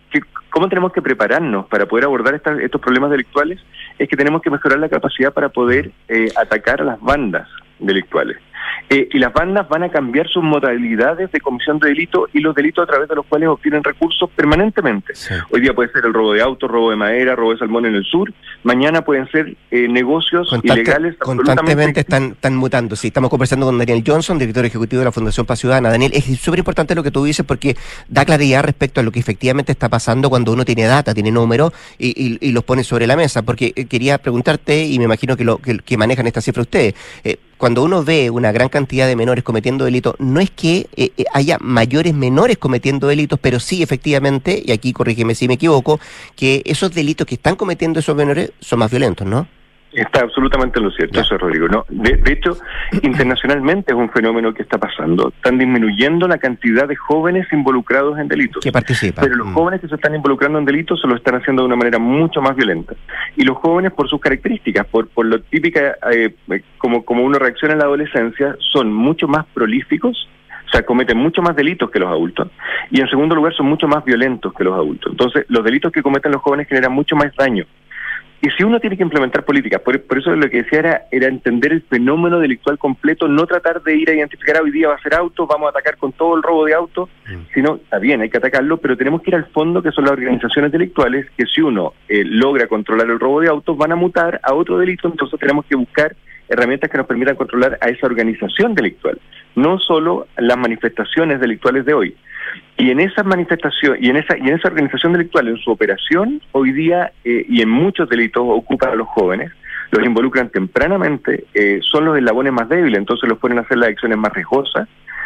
que, cómo tenemos que prepararnos para poder abordar esta, estos problemas delictuales, es que tenemos que mejorar la capacidad para poder eh, atacar a las bandas delictuales. Eh, y las bandas van a cambiar sus modalidades de comisión de delito y los delitos a través de los cuales obtienen recursos permanentemente. Sí. Hoy día puede ser el robo de autos, robo de madera, robo de salmón en el sur. Mañana pueden ser eh, negocios Constante, ilegales. Constantemente están, están mutando. Sí, estamos conversando con Daniel Johnson, director ejecutivo de la Fundación Paz Ciudadana. Daniel, es súper importante lo que tú dices porque da claridad respecto a lo que efectivamente está pasando cuando uno tiene data, tiene números y, y, y los pone sobre la mesa. Porque eh, quería preguntarte, y me imagino que, lo, que, que manejan esta cifra ustedes, eh, cuando uno ve una gran cantidad de menores cometiendo delitos, no es que eh, haya mayores menores cometiendo delitos, pero sí efectivamente, y aquí corrígeme si me equivoco, que esos delitos que están cometiendo esos menores son más violentos, ¿no? Está absolutamente en lo cierto, ya. Eso es, Rodrigo. No, de, de hecho, internacionalmente es un fenómeno que está pasando. Están disminuyendo la cantidad de jóvenes involucrados en delitos. Que participan. Pero los mm. jóvenes que se están involucrando en delitos se lo están haciendo de una manera mucho más violenta. Y los jóvenes, por sus características, por, por lo típica, eh, como, como uno reacciona en la adolescencia, son mucho más prolíficos, o sea, cometen mucho más delitos que los adultos. Y en segundo lugar, son mucho más violentos que los adultos. Entonces, los delitos que cometen los jóvenes generan mucho más daño. Y si uno tiene que implementar políticas, por, por eso lo que decía era, era entender el fenómeno delictual completo, no tratar de ir a identificar, ah, hoy día va a ser autos, vamos a atacar con todo el robo de autos, mm. sino, está bien, hay que atacarlo, pero tenemos que ir al fondo, que son las organizaciones delictuales, que si uno eh, logra controlar el robo de autos, van a mutar a otro delito, entonces tenemos que buscar herramientas que nos permitan controlar a esa organización delictual, no solo las manifestaciones delictuales de hoy. Y en esa manifestación y en esa y en esa organización delictual, en su operación, hoy día eh, y en muchos delitos ocupan a los jóvenes, los involucran tempranamente, eh, son los eslabones más débiles, entonces los ponen a hacer las acciones más riesgosas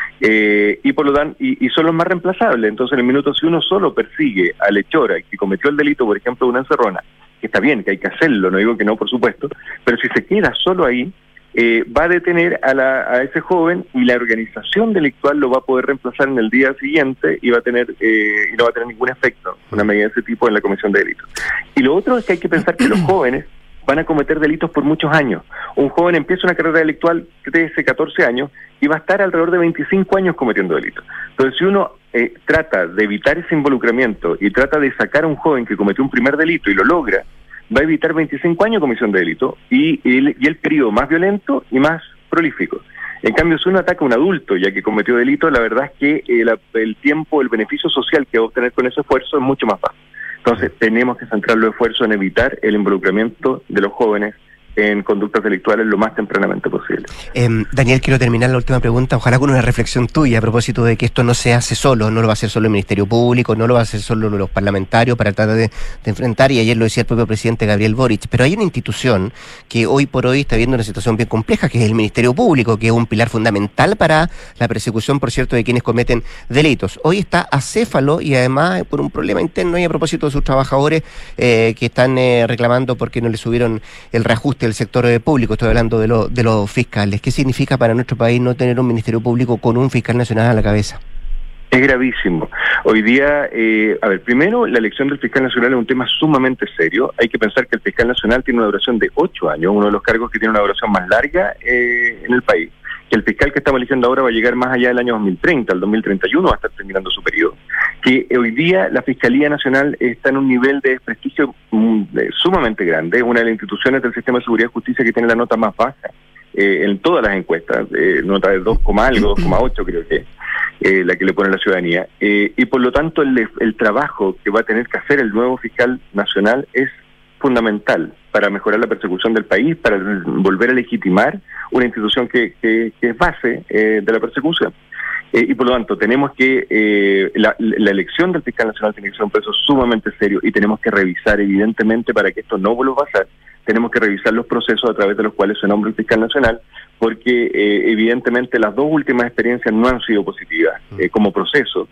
eh, y por lo tanto y, y son los más reemplazables. Entonces, en el minuto, si uno solo persigue al hechora que cometió el delito, por ejemplo, de una encerrona, que está bien, que hay que hacerlo, no digo que no, por supuesto, pero si se queda solo ahí, Eh, va a detener a, la, a ese joven y la organización delictual lo va a poder reemplazar en el día siguiente y va a tener eh, y no va a tener ningún efecto una medida de ese tipo en la comisión de delitos. Y lo otro es que hay que pensar que los jóvenes van a cometer delitos por muchos años. Un joven empieza una carrera delictual trece, catorce años y va a estar alrededor de veinticinco años cometiendo delitos. Entonces, si uno eh, trata de evitar ese involucramiento y trata de sacar a un joven que cometió un primer delito y lo logra, va a evitar veinticinco años de comisión de delito y el, y el periodo más violento y más prolífico. En cambio, si uno ataca a un adulto ya que cometió delito, la verdad es que el, el tiempo, el beneficio social que va a obtener con ese esfuerzo es mucho más bajo. Entonces, tenemos que centrar los esfuerzos en evitar el involucramiento de los jóvenes en conductas delictuales lo más tempranamente posible. Eh, Daniel, quiero terminar la última pregunta, ojalá con una reflexión tuya a propósito de que esto no se hace solo, no lo va a hacer solo el Ministerio Público, no lo va a hacer solo los parlamentarios para tratar de, de enfrentar, y ayer lo decía el propio presidente Gabriel Boric, pero hay una institución que hoy por hoy está viendo una situación bien compleja, que es el Ministerio Público, que es un pilar fundamental para la persecución, por cierto, de quienes cometen delitos. Hoy está acéfalo y además por un problema interno y a propósito de sus trabajadores eh, que están eh, reclamando porque no le subieron el reajuste del sector público. Estoy hablando de, lo, de los fiscales. ¿Qué significa para nuestro país no tener un Ministerio Público con un fiscal nacional a la cabeza? Es gravísimo. Hoy día, eh, a ver, primero, la elección del fiscal nacional es un tema sumamente serio. Hay que pensar que el fiscal nacional tiene una duración de ocho años, uno de los cargos que tiene una duración más larga eh, en el país. Que el fiscal que estamos eligiendo ahora va a llegar más allá del año dos mil treinta, el dos mil treinta y uno va a estar terminando su periodo. Que hoy día la Fiscalía Nacional está en un nivel de desprestigio sumamente grande, es una de las instituciones del sistema de seguridad y justicia que tiene la nota más baja eh, en todas las encuestas, eh, nota de dos, algo, dos coma ocho creo que eh, la que le pone la ciudadanía, eh, y por lo tanto el, el trabajo que va a tener que hacer el nuevo fiscal nacional es fundamental para mejorar la persecución del país, para volver a legitimar una institución que, que, que es base eh, de la persecución. Eh, y por lo tanto, tenemos que, eh, la, la elección del fiscal nacional tiene que ser un proceso sumamente serio y tenemos que revisar, evidentemente, para que esto no vuelva a pasar, tenemos que revisar los procesos a través de los cuales se nombra el fiscal nacional, porque eh, evidentemente las dos últimas experiencias no han sido positivas eh, como proceso.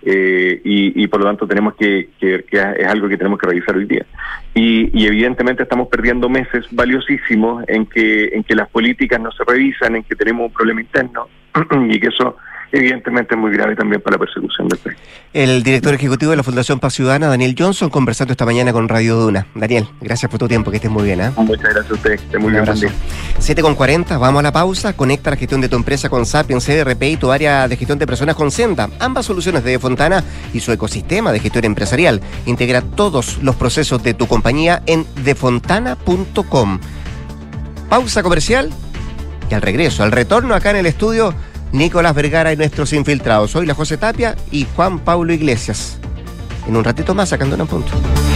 Eh, y, y por lo tanto tenemos que, que, que es algo que tenemos que revisar hoy día y, y evidentemente estamos perdiendo meses valiosísimos en que en que las políticas no se revisan, en que tenemos un problema interno y que eso evidentemente es muy grave también para la persecución del país. El director ejecutivo de la Fundación Paz Ciudadana, Daniel Johnson, conversando esta mañana con Radio Duna. Daniel, gracias por tu tiempo, que estés muy bien. ¿eh? Muchas gracias a usted, que esté muy Un bien. abrazo. siete con cuarenta, vamos a la pausa. Conecta la gestión de tu empresa con Sapiens C R P y tu área de gestión de personas con Senda. Ambas soluciones de Fontana y su ecosistema de gestión empresarial. Integra todos los procesos de tu compañía en defontana punto com. Pausa comercial y al regreso, al retorno acá en el estudio, Nicolás Vergara y nuestros infiltrados. Soy la José Tapia y Juan Pablo Iglesias. En un ratito más, sacando un punto.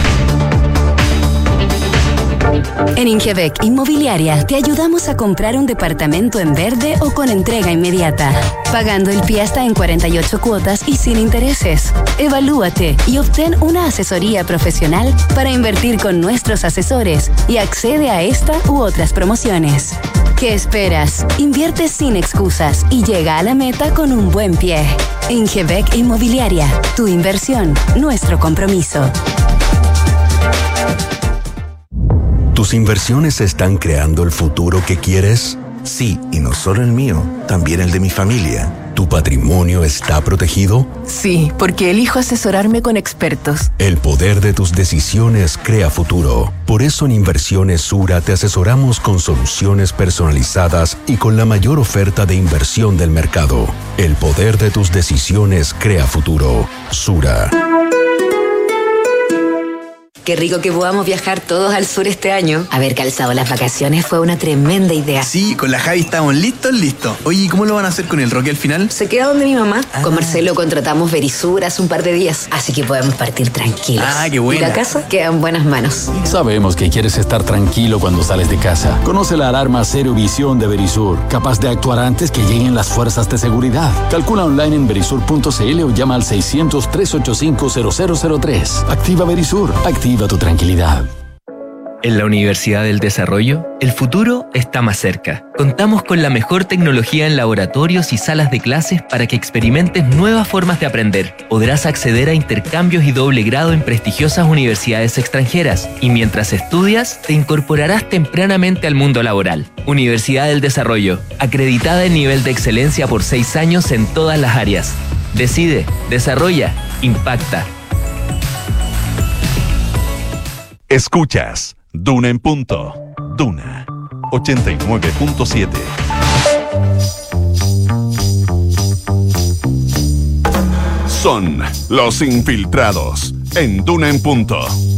En Ingebec Inmobiliaria te ayudamos a comprar un departamento en verde o con entrega inmediata, pagando el pie hasta en cuarenta y ocho cuotas y sin intereses. Evalúate y obtén una asesoría profesional para invertir con nuestros asesores y accede a esta u otras promociones. ¿Qué esperas? Invierte sin excusas y llega a la meta con un buen pie. Ingebec Inmobiliaria, tu inversión, nuestro compromiso. ¿Tus inversiones están creando el futuro que quieres? Sí, y no solo el mío, también el de mi familia. ¿Tu patrimonio está protegido? Sí, porque elijo asesorarme con expertos. El poder de tus decisiones crea futuro. Por eso en Inversiones Sura te asesoramos con soluciones personalizadas y con la mayor oferta de inversión del mercado. El poder de tus decisiones crea futuro. Sura. Qué rico que podamos viajar todos al sur este año. Haber calzado las vacaciones fue una tremenda idea. Sí, con la Javi estamos listos, listos. Oye, ¿y cómo lo van a hacer con el Roque al final? Se queda donde mi mamá. Ah. Con Marcelo contratamos Verisur hace un par de días, así que podemos partir tranquilos. Ah, qué buena. Y la casa queda en buenas manos. Sabemos que quieres estar tranquilo cuando sales de casa. Conoce la alarma Cero Visión de Verisur, capaz de actuar antes que lleguen las fuerzas de seguridad. Calcula online en verisur punto cl o llama al seiscientos, trescientos ochenta y cinco, cero cero cero tres. Activa Verisur. Activa tu tranquilidad. En la Universidad del Desarrollo, el futuro está más cerca. Contamos con la mejor tecnología en laboratorios y salas de clases para que experimentes nuevas formas de aprender. Podrás acceder a intercambios y doble grado en prestigiosas universidades extranjeras. Y mientras estudias, te incorporarás tempranamente al mundo laboral. Universidad del Desarrollo, acreditada en nivel de excelencia por seis años en todas las áreas. Decide, desarrolla, impacta. Escuchas Duna en punto. Duna ochenta y nueve punto siete. Son los infiltrados en Duna en punto.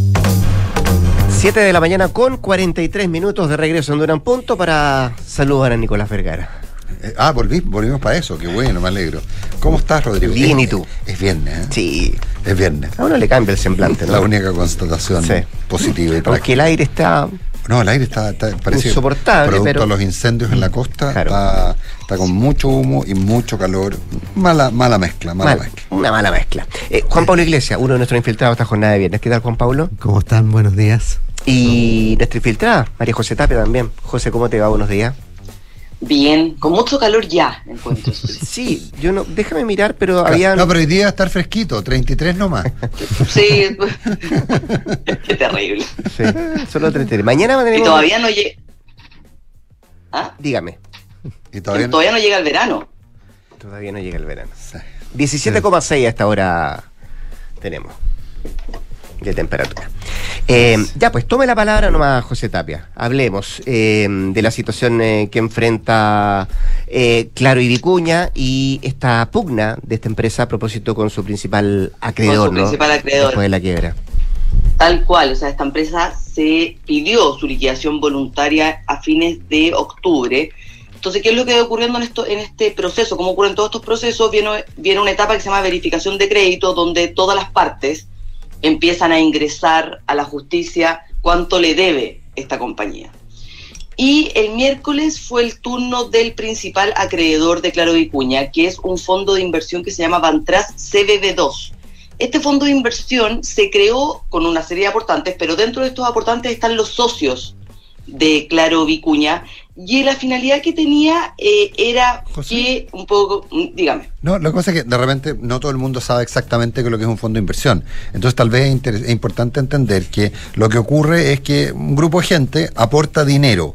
siete de la mañana con cuarenta y tres minutos de regreso en Duna en punto para saludar a Nicolás Vergara. Eh, ah, volví, volvimos para eso, qué bueno, me alegro. ¿Cómo estás, Rodrigo? Bien, es, ¿y tú? Es viernes, ¿eh? Sí. Es viernes. A uno le cambia el semblante, ¿no? La única constatación sí. positiva y práctica. Porque el aire está... No, el aire está, está parece insoportable, producto pero... de los incendios en la costa, claro. está, está con mucho humo y mucho calor. Mala, mala mezcla, mala Mal, mezcla. Una mala mezcla. Eh, Juan Pablo Iglesias, uno de nuestros infiltrados esta jornada de viernes. ¿Qué tal, Juan Pablo? ¿Cómo están? Buenos días. Y nuestra infiltrada, María José Tapia también. José, ¿cómo te va? Buenos días. Bien, con mucho calor ya, encuentro. Sí, yo no, déjame mirar, pero Claro, había... No, pero hoy día va a estar fresquito, treinta y tres nomás. Sí, qué terrible. Sí, solo treinta y tres. Mañana tenemos... Y todavía no llega... ¿Ah? Dígame. Y todavía, todavía no llega el verano. Todavía no llega el verano. diecisiete coma seis a esta hora tenemos de temperatura. Eh, ya, pues tome la palabra nomás, José Tapia. Hablemos eh, de la situación eh, que enfrenta eh, Claro y Vicuña y esta pugna de esta empresa a propósito con su principal acreedor, con su principal ¿no? acreedor. Después de la quiebra. Tal cual, o sea, esta empresa se pidió su liquidación voluntaria a fines de octubre. Entonces, ¿qué es lo que va ocurriendo en esto, en este proceso? Como ocurren todos estos procesos, viene, viene una etapa que se llama verificación de crédito, donde todas las partes empiezan a ingresar a la justicia cuánto le debe esta compañía. Y el miércoles fue el turno del principal acreedor de Claro Vicuña, que es un fondo de inversión que se llama Bantras C B B dos. Este fondo de inversión se creó con una serie de aportantes, pero dentro de estos aportantes están los socios de Claro Vicuña, y la finalidad que tenía eh, era José, que un poco, dígame. No, la cosa es que de repente no todo el mundo sabe exactamente qué es lo que es un fondo de inversión. Entonces tal vez es, inter- es importante entender que lo que ocurre es que un grupo de gente aporta dinero.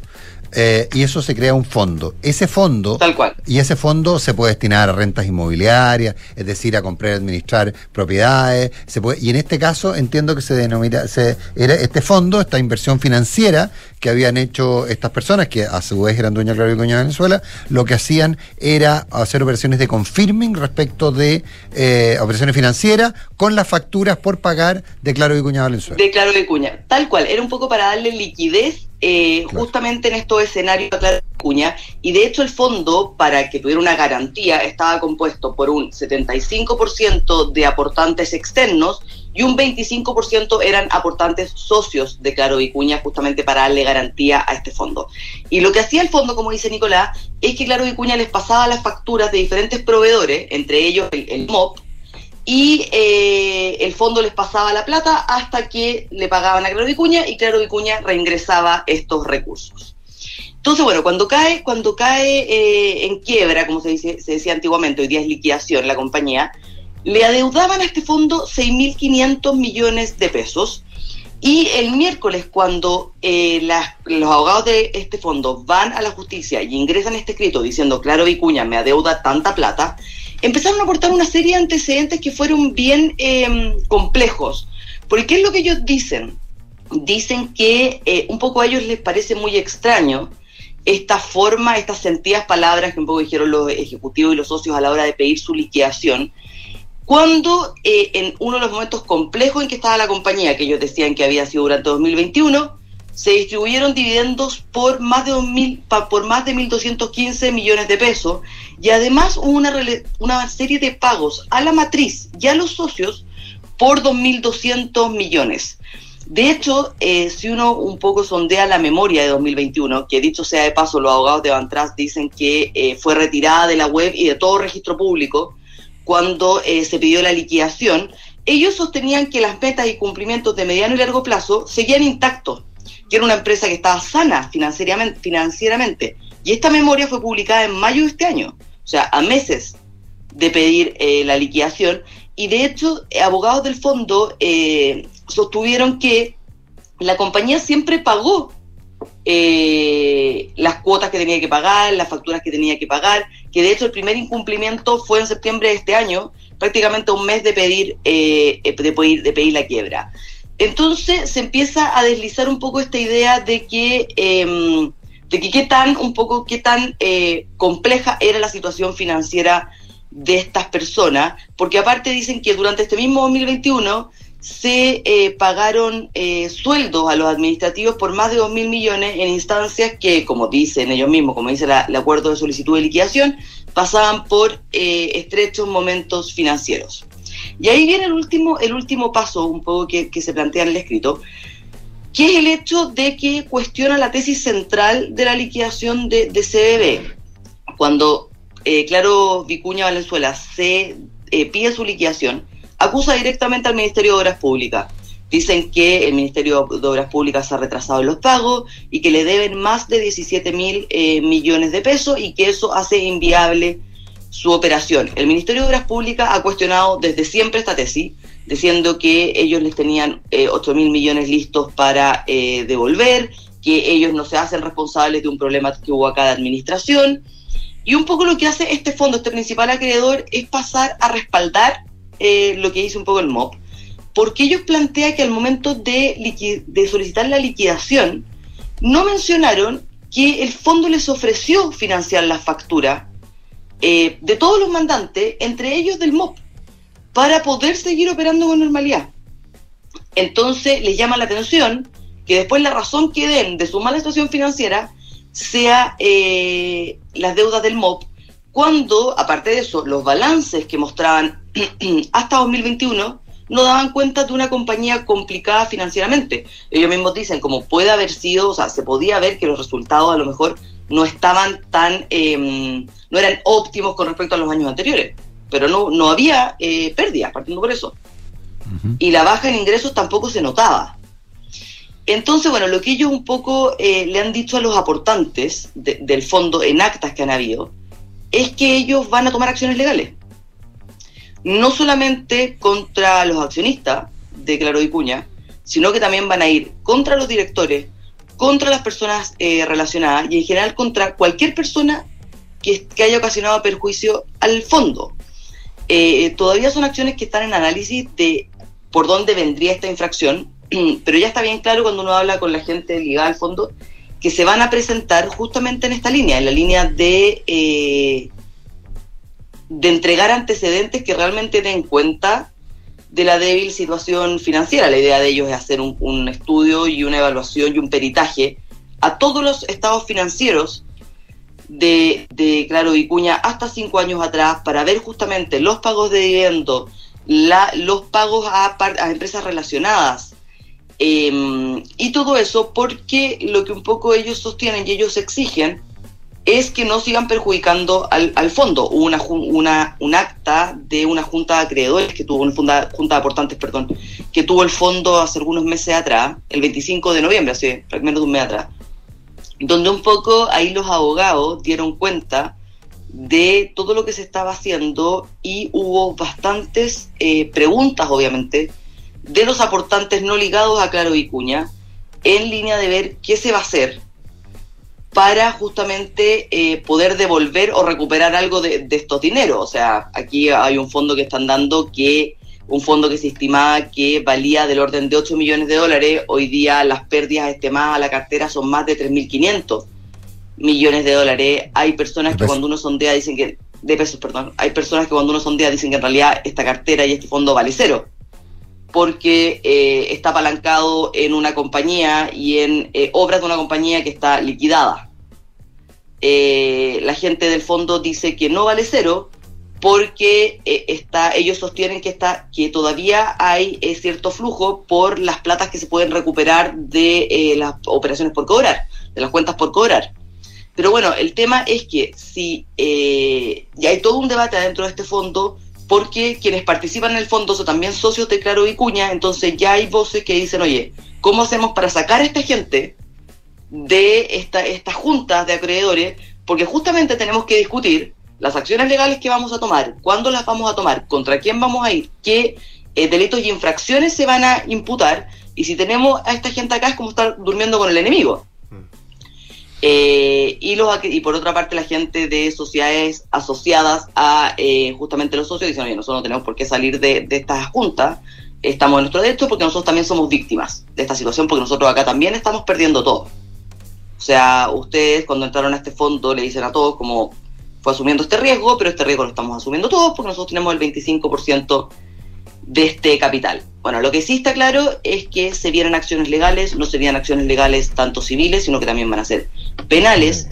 Eh, y eso se crea un fondo. Ese fondo. Tal cual. Y ese fondo se puede destinar a rentas inmobiliarias, es decir, a comprar y administrar propiedades. Se puede, y en este caso entiendo que se denomina, se, era este fondo, esta inversión financiera que habían hecho estas personas, que a su vez eran dueñas de Claro Vicuña Venezuela, lo que hacían era hacer operaciones de confirming respecto de eh, operaciones financieras con las facturas por pagar de Claro Vicuña Venezuela. De Claro Vicuña, tal cual, era un poco para darle liquidez eh, claro. justamente en estos escenarios a Claro Vicuña, y de hecho el fondo, para que tuviera una garantía, estaba compuesto por un setenta y cinco por ciento de aportantes externos y un veinticinco por ciento eran aportantes socios de Claro Vicuña, justamente para darle garantía a este fondo. Y lo que hacía el fondo, como dice Nicolás, es que Claro Vicuña les pasaba las facturas de diferentes proveedores, entre ellos el, el M O P, y eh, el fondo les pasaba la plata hasta que le pagaban a Claro Vicuña y Claro Vicuña reingresaba estos recursos. Entonces, bueno, cuando cae, cuando cae eh, en quiebra, como se, dice, se decía antiguamente, hoy día es liquidación la compañía, le adeudaban a este fondo seis mil quinientos millones de pesos, y el miércoles cuando eh, las, los abogados de este fondo van a la justicia y ingresan este escrito diciendo Claro Vicuña me adeuda tanta plata, empezaron a aportar una serie de antecedentes que fueron bien eh, complejos. Porque ¿qué es lo que ellos dicen? Dicen que eh, un poco a ellos les parece muy extraño esta forma, estas sentidas palabras que un poco dijeron los ejecutivos y los socios a la hora de pedir su liquidación, cuando eh, en uno de los momentos complejos en que estaba la compañía, que ellos decían que había sido durante dos mil veintiuno, se distribuyeron dividendos por más de dos mil, por más de mil doscientos quince millones de pesos, y además hubo una, una serie de pagos a la matriz y a los socios por dos mil doscientos millones. De hecho, eh, si uno un poco sondea la memoria de dos mil veintiuno, que dicho sea de paso, los abogados de Bantrust dicen que eh, fue retirada de la web y de todo registro público cuando eh, se pidió la liquidación, ellos sostenían que las metas y cumplimientos de mediano y largo plazo seguían intactos, que era una empresa que estaba sana financieramente, financieramente. Y esta memoria fue publicada en mayo de este año, o sea, a meses de pedir eh, la liquidación, y de hecho, eh, abogados del fondo eh, sostuvieron que la compañía siempre pagó eh, las cuotas que tenía que pagar, las facturas que tenía que pagar, que de hecho el primer incumplimiento fue en septiembre de este año, prácticamente un mes de pedir, eh, de pedir, de pedir la quiebra. Entonces se empieza a deslizar un poco esta idea de que, eh, de que qué tan, un poco, qué tan eh, compleja era la situación financiera de estas personas, porque aparte dicen que durante este mismo dos mil veintiuno se eh, pagaron eh, sueldos a los administrativos por más de dos mil millones en instancias que, como dicen ellos mismos, como dice la, el acuerdo de solicitud de liquidación, pasaban por eh, estrechos momentos financieros. Y ahí viene el último, el último paso un poco que, que se plantea en el escrito, que es el hecho de que cuestiona la tesis central de la liquidación de, de C B B. Cuando, eh, Claro Vicuña Venezuela se eh, pide su liquidación, acusa directamente al Ministerio de Obras Públicas. Dicen que el Ministerio de Obras Públicas se ha retrasado en los pagos y que le deben más de diecisiete mil eh, millones de pesos y que eso hace inviable su operación. El Ministerio de Obras Públicas ha cuestionado desde siempre esta tesis, diciendo que ellos les tenían eh, ocho mil millones listos para eh, devolver, que ellos no se hacen responsables de un problema que hubo acá de administración. Y un poco lo que hace este fondo, este principal acreedor, es pasar a respaldar eh, lo que dice un poco el M O P, porque ellos plantean que al momento de, liqui- de solicitar la liquidación, no mencionaron que el fondo les ofreció financiar la factura eh, de todos los mandantes, entre ellos del M O P, para poder seguir operando con normalidad. Entonces les llama la atención que después la razón que den de su mala situación financiera sea eh, las deudas del M O P, cuando, aparte de eso, los balances que mostraban hasta dos mil veintiuno no daban cuenta de una compañía complicada financieramente. Ellos mismos dicen, como puede haber sido, o sea, se podía ver que los resultados a lo mejor no estaban tan, eh, no eran óptimos con respecto a los años anteriores, pero no, no había eh, pérdidas, partiendo por eso. Uh-huh. Y la baja en ingresos tampoco se notaba. Entonces, bueno, lo que ellos un poco eh, le han dicho a los aportantes de, del fondo en actas que han habido, es que ellos van a tomar acciones legales. No solamente contra los accionistas de Claro Vicuña, sino que también van a ir contra los directores, contra las personas eh, relacionadas y en general contra cualquier persona que, que haya ocasionado perjuicio al fondo. Eh, todavía son acciones que están en análisis de por dónde vendría esta infracción, pero ya está bien claro cuando uno habla con la gente ligada al fondo que se van a presentar justamente en esta línea, en la línea de, eh, de entregar antecedentes que realmente den cuenta de la débil situación financiera. La idea de ellos es hacer un, un estudio y una evaluación y un peritaje a todos los estados financieros de, de Claro Vicuña hasta cinco años atrás para ver justamente los pagos de dividendo, la, los pagos a, a empresas relacionadas, eh, y todo eso porque lo que un poco ellos sostienen y ellos exigen es que no sigan perjudicando al, al fondo. Hubo una, una, un acta de una junta de acreedores que tuvo, una junta, junta de aportantes, perdón, que tuvo el fondo hace algunos meses atrás, el veinticinco de noviembre, hace menos de un mes atrás, donde un poco ahí los abogados dieron cuenta de todo lo que se estaba haciendo y hubo bastantes eh, preguntas, obviamente, de los aportantes no ligados a Claro Vicuña, en línea de ver qué se va a hacer para justamente eh, poder devolver o recuperar algo de, de estos dineros. O sea, aquí hay un fondo que están dando que, un fondo que se estimaba que valía del orden de ocho millones de dólares, hoy día las pérdidas estimadas a la cartera son más de tres mil quinientos millones de dólares. Hay personas que cuando uno sondea dicen que, de pesos, perdón, hay personas que cuando uno sondea dicen que en realidad esta cartera y este fondo vale cero, porque eh, está apalancado en una compañía y en eh, obras de una compañía que está liquidada. Eh, la gente del fondo dice que no vale cero porque eh, está, ellos sostienen que, está, que todavía hay eh, cierto flujo por las platas que se pueden recuperar de eh, las operaciones por cobrar, de las cuentas por cobrar. Pero bueno, el tema es que si eh, ya hay todo un debate adentro de este fondo, porque quienes participan en el fondo son también socios de Claro Vicuña, entonces ya hay voces que dicen, oye, ¿cómo hacemos para sacar a esta gente de esta, estas juntas de acreedores? Porque justamente tenemos que discutir las acciones legales que vamos a tomar, cuándo las vamos a tomar, contra quién vamos a ir, qué eh, delitos y infracciones se van a imputar, y si tenemos a esta gente acá es como estar durmiendo con el enemigo. Eh, y, los, y por otra parte la gente de sociedades asociadas a eh, justamente los socios dicen, oye, nosotros no tenemos por qué salir de, de estas juntas, estamos en nuestro derecho porque nosotros también somos víctimas de esta situación, porque nosotros acá también estamos perdiendo todo. O sea, ustedes cuando entraron a este fondo le dicen a todos como fue asumiendo este riesgo, pero este riesgo lo estamos asumiendo todos porque nosotros tenemos el veinticinco por ciento de este capital. Bueno, lo que sí está claro es que se vienen acciones legales, no serían acciones legales tanto civiles, sino que también van a ser penales,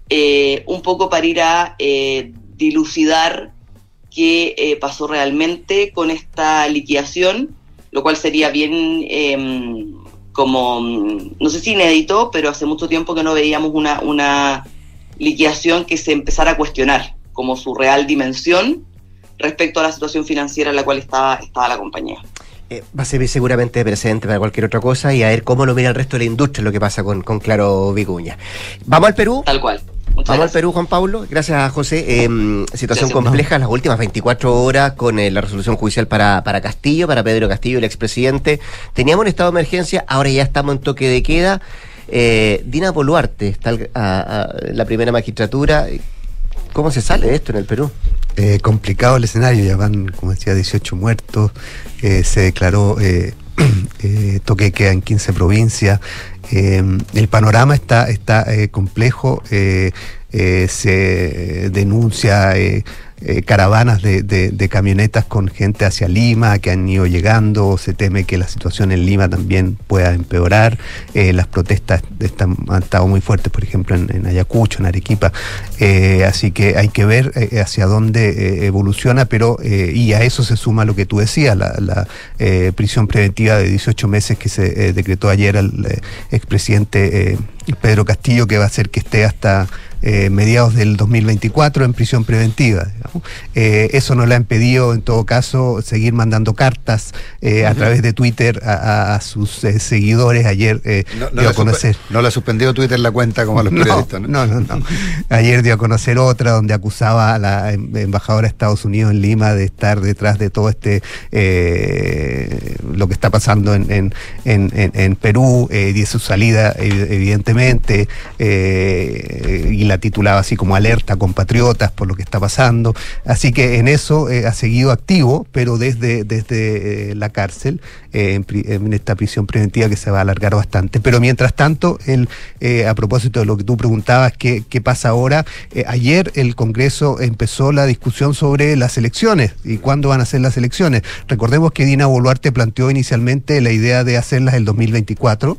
eh, un poco para ir a eh, dilucidar qué eh, pasó realmente con esta liquidación, lo cual sería bien eh, como, no sé si inédito, pero hace mucho tiempo que no veíamos una, una liquidación que se empezara a cuestionar como su real dimensión respecto a la situación financiera en la cual estaba, estaba la compañía. Eh, va a servir seguramente de precedente para cualquier otra cosa y a ver cómo lo mira el resto de la industria, lo que pasa con, con Claro Vicuña. ¿Vamos al Perú? Tal cual. Muchas Vamos gracias. al Perú, Juan Pablo. Gracias, José. Eh, situación Gracias, compleja, las últimas veinticuatro horas con eh, la resolución judicial para, para Castillo, para Pedro Castillo, el expresidente. Teníamos un estado de emergencia, ahora ya estamos en toque de queda. Eh, Dina Boluarte está a, a la primera magistratura. ¿Cómo se sale de esto en el Perú? Eh, complicado el escenario, ya van, como decía, dieciocho muertos, eh, se declaró eh, eh, toque de queda en quince provincias, eh, el panorama está, está eh, complejo, eh, eh, se denuncia eh, eh, caravanas de, de, de camionetas con gente hacia Lima que han ido llegando, se teme que la situación en Lima también pueda empeorar, eh, las protestas están, han estado muy fuertes, por ejemplo en, en Ayacucho, en Arequipa, eh, así que hay que ver eh, hacia dónde eh, evoluciona, pero eh, y a eso se suma lo que tú decías, la, la eh, prisión preventiva de dieciocho meses que se eh, decretó ayer al eh, expresidente eh, Pedro Castillo, que va a hacer que esté hasta eh, mediados del dos mil veinticuatro en prisión preventiva. Digamos. Eh, eso no le ha impedido, en todo caso, seguir mandando cartas eh, uh-huh. a través de Twitter a, a, a sus eh, seguidores. Ayer eh, no, no dio a conocer... No le ha suspendido Twitter la cuenta como a los periodistas, ¿no? No, no, no. no. Ayer dio a conocer otra donde acusaba a la embajadora de Estados Unidos en Lima de estar detrás de todo este... Eh, lo que está pasando en, en, en, en Perú eh, y su salida, evidentemente, eh, y la titulaba así como alerta compatriotas por lo que está pasando. Así que en eso eh, ha seguido activo, pero desde, desde eh, la cárcel, eh, en, pri, en esta prisión preventiva que se va a alargar bastante. Pero mientras tanto, el, eh, a propósito de lo que tú preguntabas, ¿qué, qué pasa ahora? Eh, ayer el Congreso empezó la discusión sobre las elecciones y cuándo van a ser las elecciones. Recordemos que Dina Boluarte planteó inicialmente la idea de hacerlas el dos mil veinticuatro,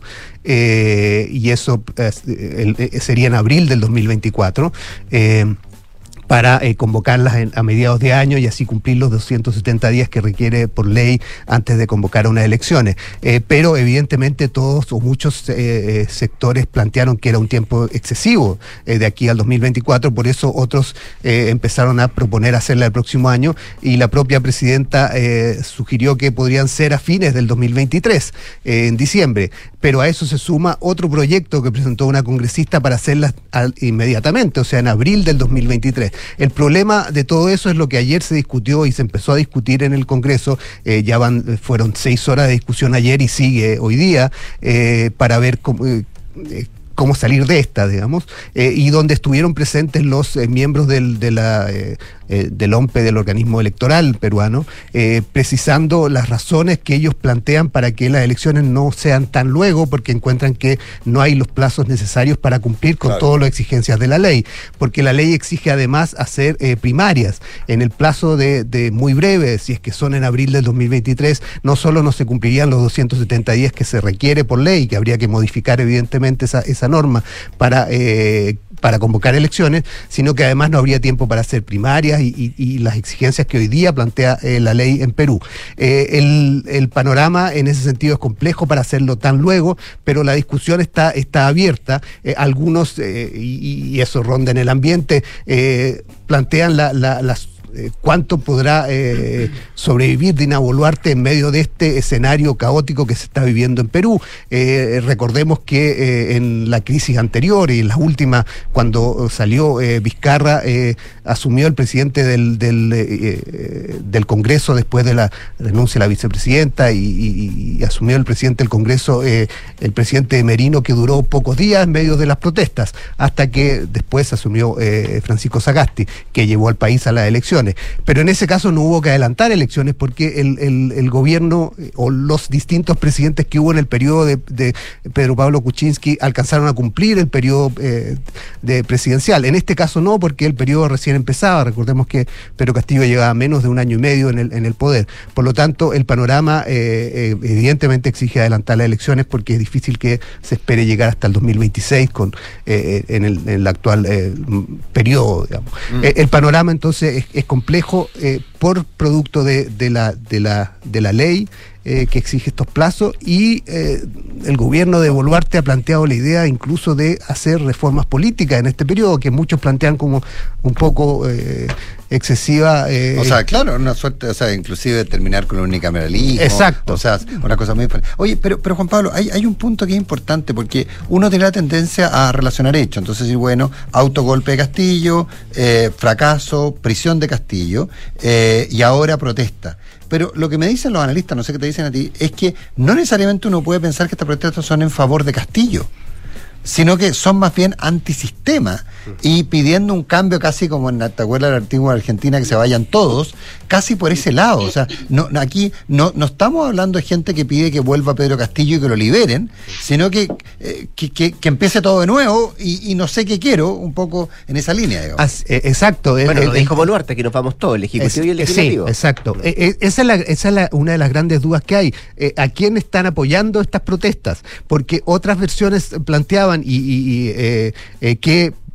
eh, y eso eh, el, eh, sería en abril del dos mil veinticuatro. Eh, para eh, convocarlas en, a mediados de año y así cumplir los doscientos setenta días que requiere por ley antes de convocar unas elecciones. Eh, pero evidentemente todos o muchos eh, sectores plantearon que era un tiempo excesivo eh, de aquí al dos mil veinticuatro, por eso otros eh, empezaron a proponer hacerla el próximo año y la propia presidenta eh, sugirió que podrían ser a fines del dos mil veintitrés, eh, en diciembre. Pero a eso se suma otro proyecto que presentó una congresista para hacerlas al, inmediatamente, o sea, en abril del dos mil veintitrés. El problema de todo eso es lo que ayer se discutió y se empezó a discutir en el Congreso, eh, ya van, fueron seis horas de discusión ayer y sigue hoy día, eh, para ver cómo... Eh, cómo salir de esta, digamos, eh, y donde estuvieron presentes los eh, miembros del, de la, eh, eh, del O M P E, del organismo electoral peruano, eh, precisando las razones que ellos plantean para que las elecciones no sean tan luego, porque encuentran que no hay los plazos necesarios para cumplir con claro. todas las exigencias de la ley, porque la ley exige además hacer eh, primarias en el plazo de, de muy breve, si es que son en abril del dos mil veintitrés, no solo no se cumplirían los doscientos setenta días que se requiere por ley, que habría que modificar evidentemente esa, esa norma para eh, para convocar elecciones, sino que además no habría tiempo para hacer primarias y, y, y las exigencias que hoy día plantea eh, la ley en Perú. Eh, el, el panorama en ese sentido es complejo para hacerlo tan luego, pero la discusión está, está abierta. Eh, algunos, eh, y, y eso ronda en el ambiente, eh, plantean la, la, las Eh, cuánto podrá eh, sobrevivir Dina Boluarte en medio de este escenario caótico que se está viviendo en Perú. Eh, recordemos que eh, en la crisis anterior y en la última, cuando salió eh, Vizcarra, eh, asumió el presidente del, del, eh, del Congreso después de la renuncia de la vicepresidenta y, y, y asumió el presidente del Congreso, eh, el presidente Merino, que duró pocos días en medio de las protestas, hasta que después asumió eh, Francisco Sagasti, que llevó al país a las elecciones. Pero en ese caso no hubo que adelantar elecciones porque el, el, el gobierno o los distintos presidentes que hubo en el periodo de, de Pedro Pablo Kuczynski alcanzaron a cumplir el periodo eh, de presidencial. En este caso no, porque el periodo recién empezaba. Recordemos que Pedro Castillo llevaba menos de un año y medio en el, en el poder. Por lo tanto, el panorama eh, eh, evidentemente exige adelantar las elecciones porque es difícil que se espere llegar hasta el dos mil veintiséis con, eh, en, el, en el actual eh, periodo, digamos. Mm. Eh, el panorama entonces es, es complejo eh, por producto de, de, la, de, la, de la ley eh, que exige estos plazos y eh, el gobierno de Boluarte ha planteado la idea incluso de hacer reformas políticas en este periodo que muchos plantean como un poco eh, excesiva. Eh, o sea, claro, una suerte, o sea, inclusive terminar con el unicameralismo. Exacto. O sea, una cosa muy... Oye, pero, pero Juan Pablo, hay, hay un punto que es importante porque uno tiene la tendencia a relacionar hechos. Entonces, sí, bueno, autogolpe de Castillo, eh, fracaso, prisión de Castillo eh, y ahora protesta. Pero lo que me dicen los analistas, no sé qué te dicen a ti, es que no necesariamente uno puede pensar que estas protestas son en favor de Castillo, sino que son más bien antisistema y pidiendo un cambio casi como en, ¿te acuerdas del artículo de Argentina que se vayan todos? Casi por ese lado. O sea, no, aquí no, no estamos hablando de gente que pide que vuelva Pedro Castillo y que lo liberen, sino que, eh, que, que, que empiece todo de nuevo y, y no sé qué quiero, un poco en esa línea. As, eh, exacto. Bueno, eh, lo dijo Boluarte, que nos vamos todos, el Ejecutivo es, y el Legislativo. Sí, exacto. Eh, eh, esa es, la, esa es la, una de las grandes dudas que hay. Eh, ¿A quién están apoyando estas protestas? Porque otras versiones planteaban y, y, y eh, eh, que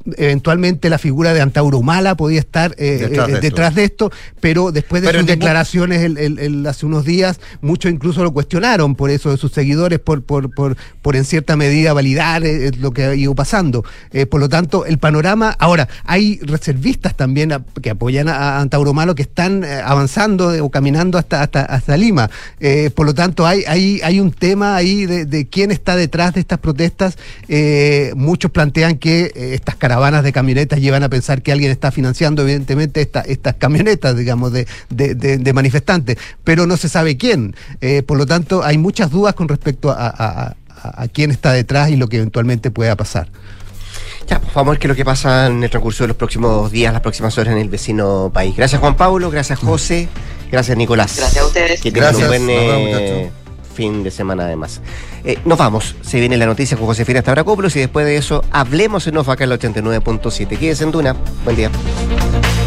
eventualmente la figura de Antauro Humala podía estar eh, detrás, eh, de, detrás de esto, pero después de pero sus declaraciones el, el, el, hace unos días, muchos incluso lo cuestionaron por eso de sus seguidores, por por por, por en cierta medida validar eh, lo que ha ido pasando. Eh, por lo tanto, el panorama, ahora, hay reservistas también a, que apoyan a, a Antauro Humala que están eh, avanzando eh, o caminando hasta, hasta, hasta Lima. Eh, por lo tanto, hay, hay, hay un tema ahí de, de quién está detrás de estas protestas. Eh, muchos plantean que eh, estas caravanas de camionetas llevan a pensar que alguien está financiando evidentemente esta, estas camionetas, digamos, de, de, de, de manifestantes, pero no se sabe quién. Eh, por lo tanto, hay muchas dudas con respecto a, a, a, a quién está detrás y lo que eventualmente pueda pasar. Ya, pues vamos a ver qué es lo que pasa en el transcurso de los próximos días, las próximas horas en el vecino país. Gracias, Juan Pablo, gracias, José, gracias, Nicolás. Gracias a ustedes. Que tengan un buen eh, fin de semana además. Eh, nos vamos, se viene la noticia con Josefina Stavrakopoulos y después de eso hablemos en Off acá en el ochenta y nueve punto siete. Quédense en Duna, buen día.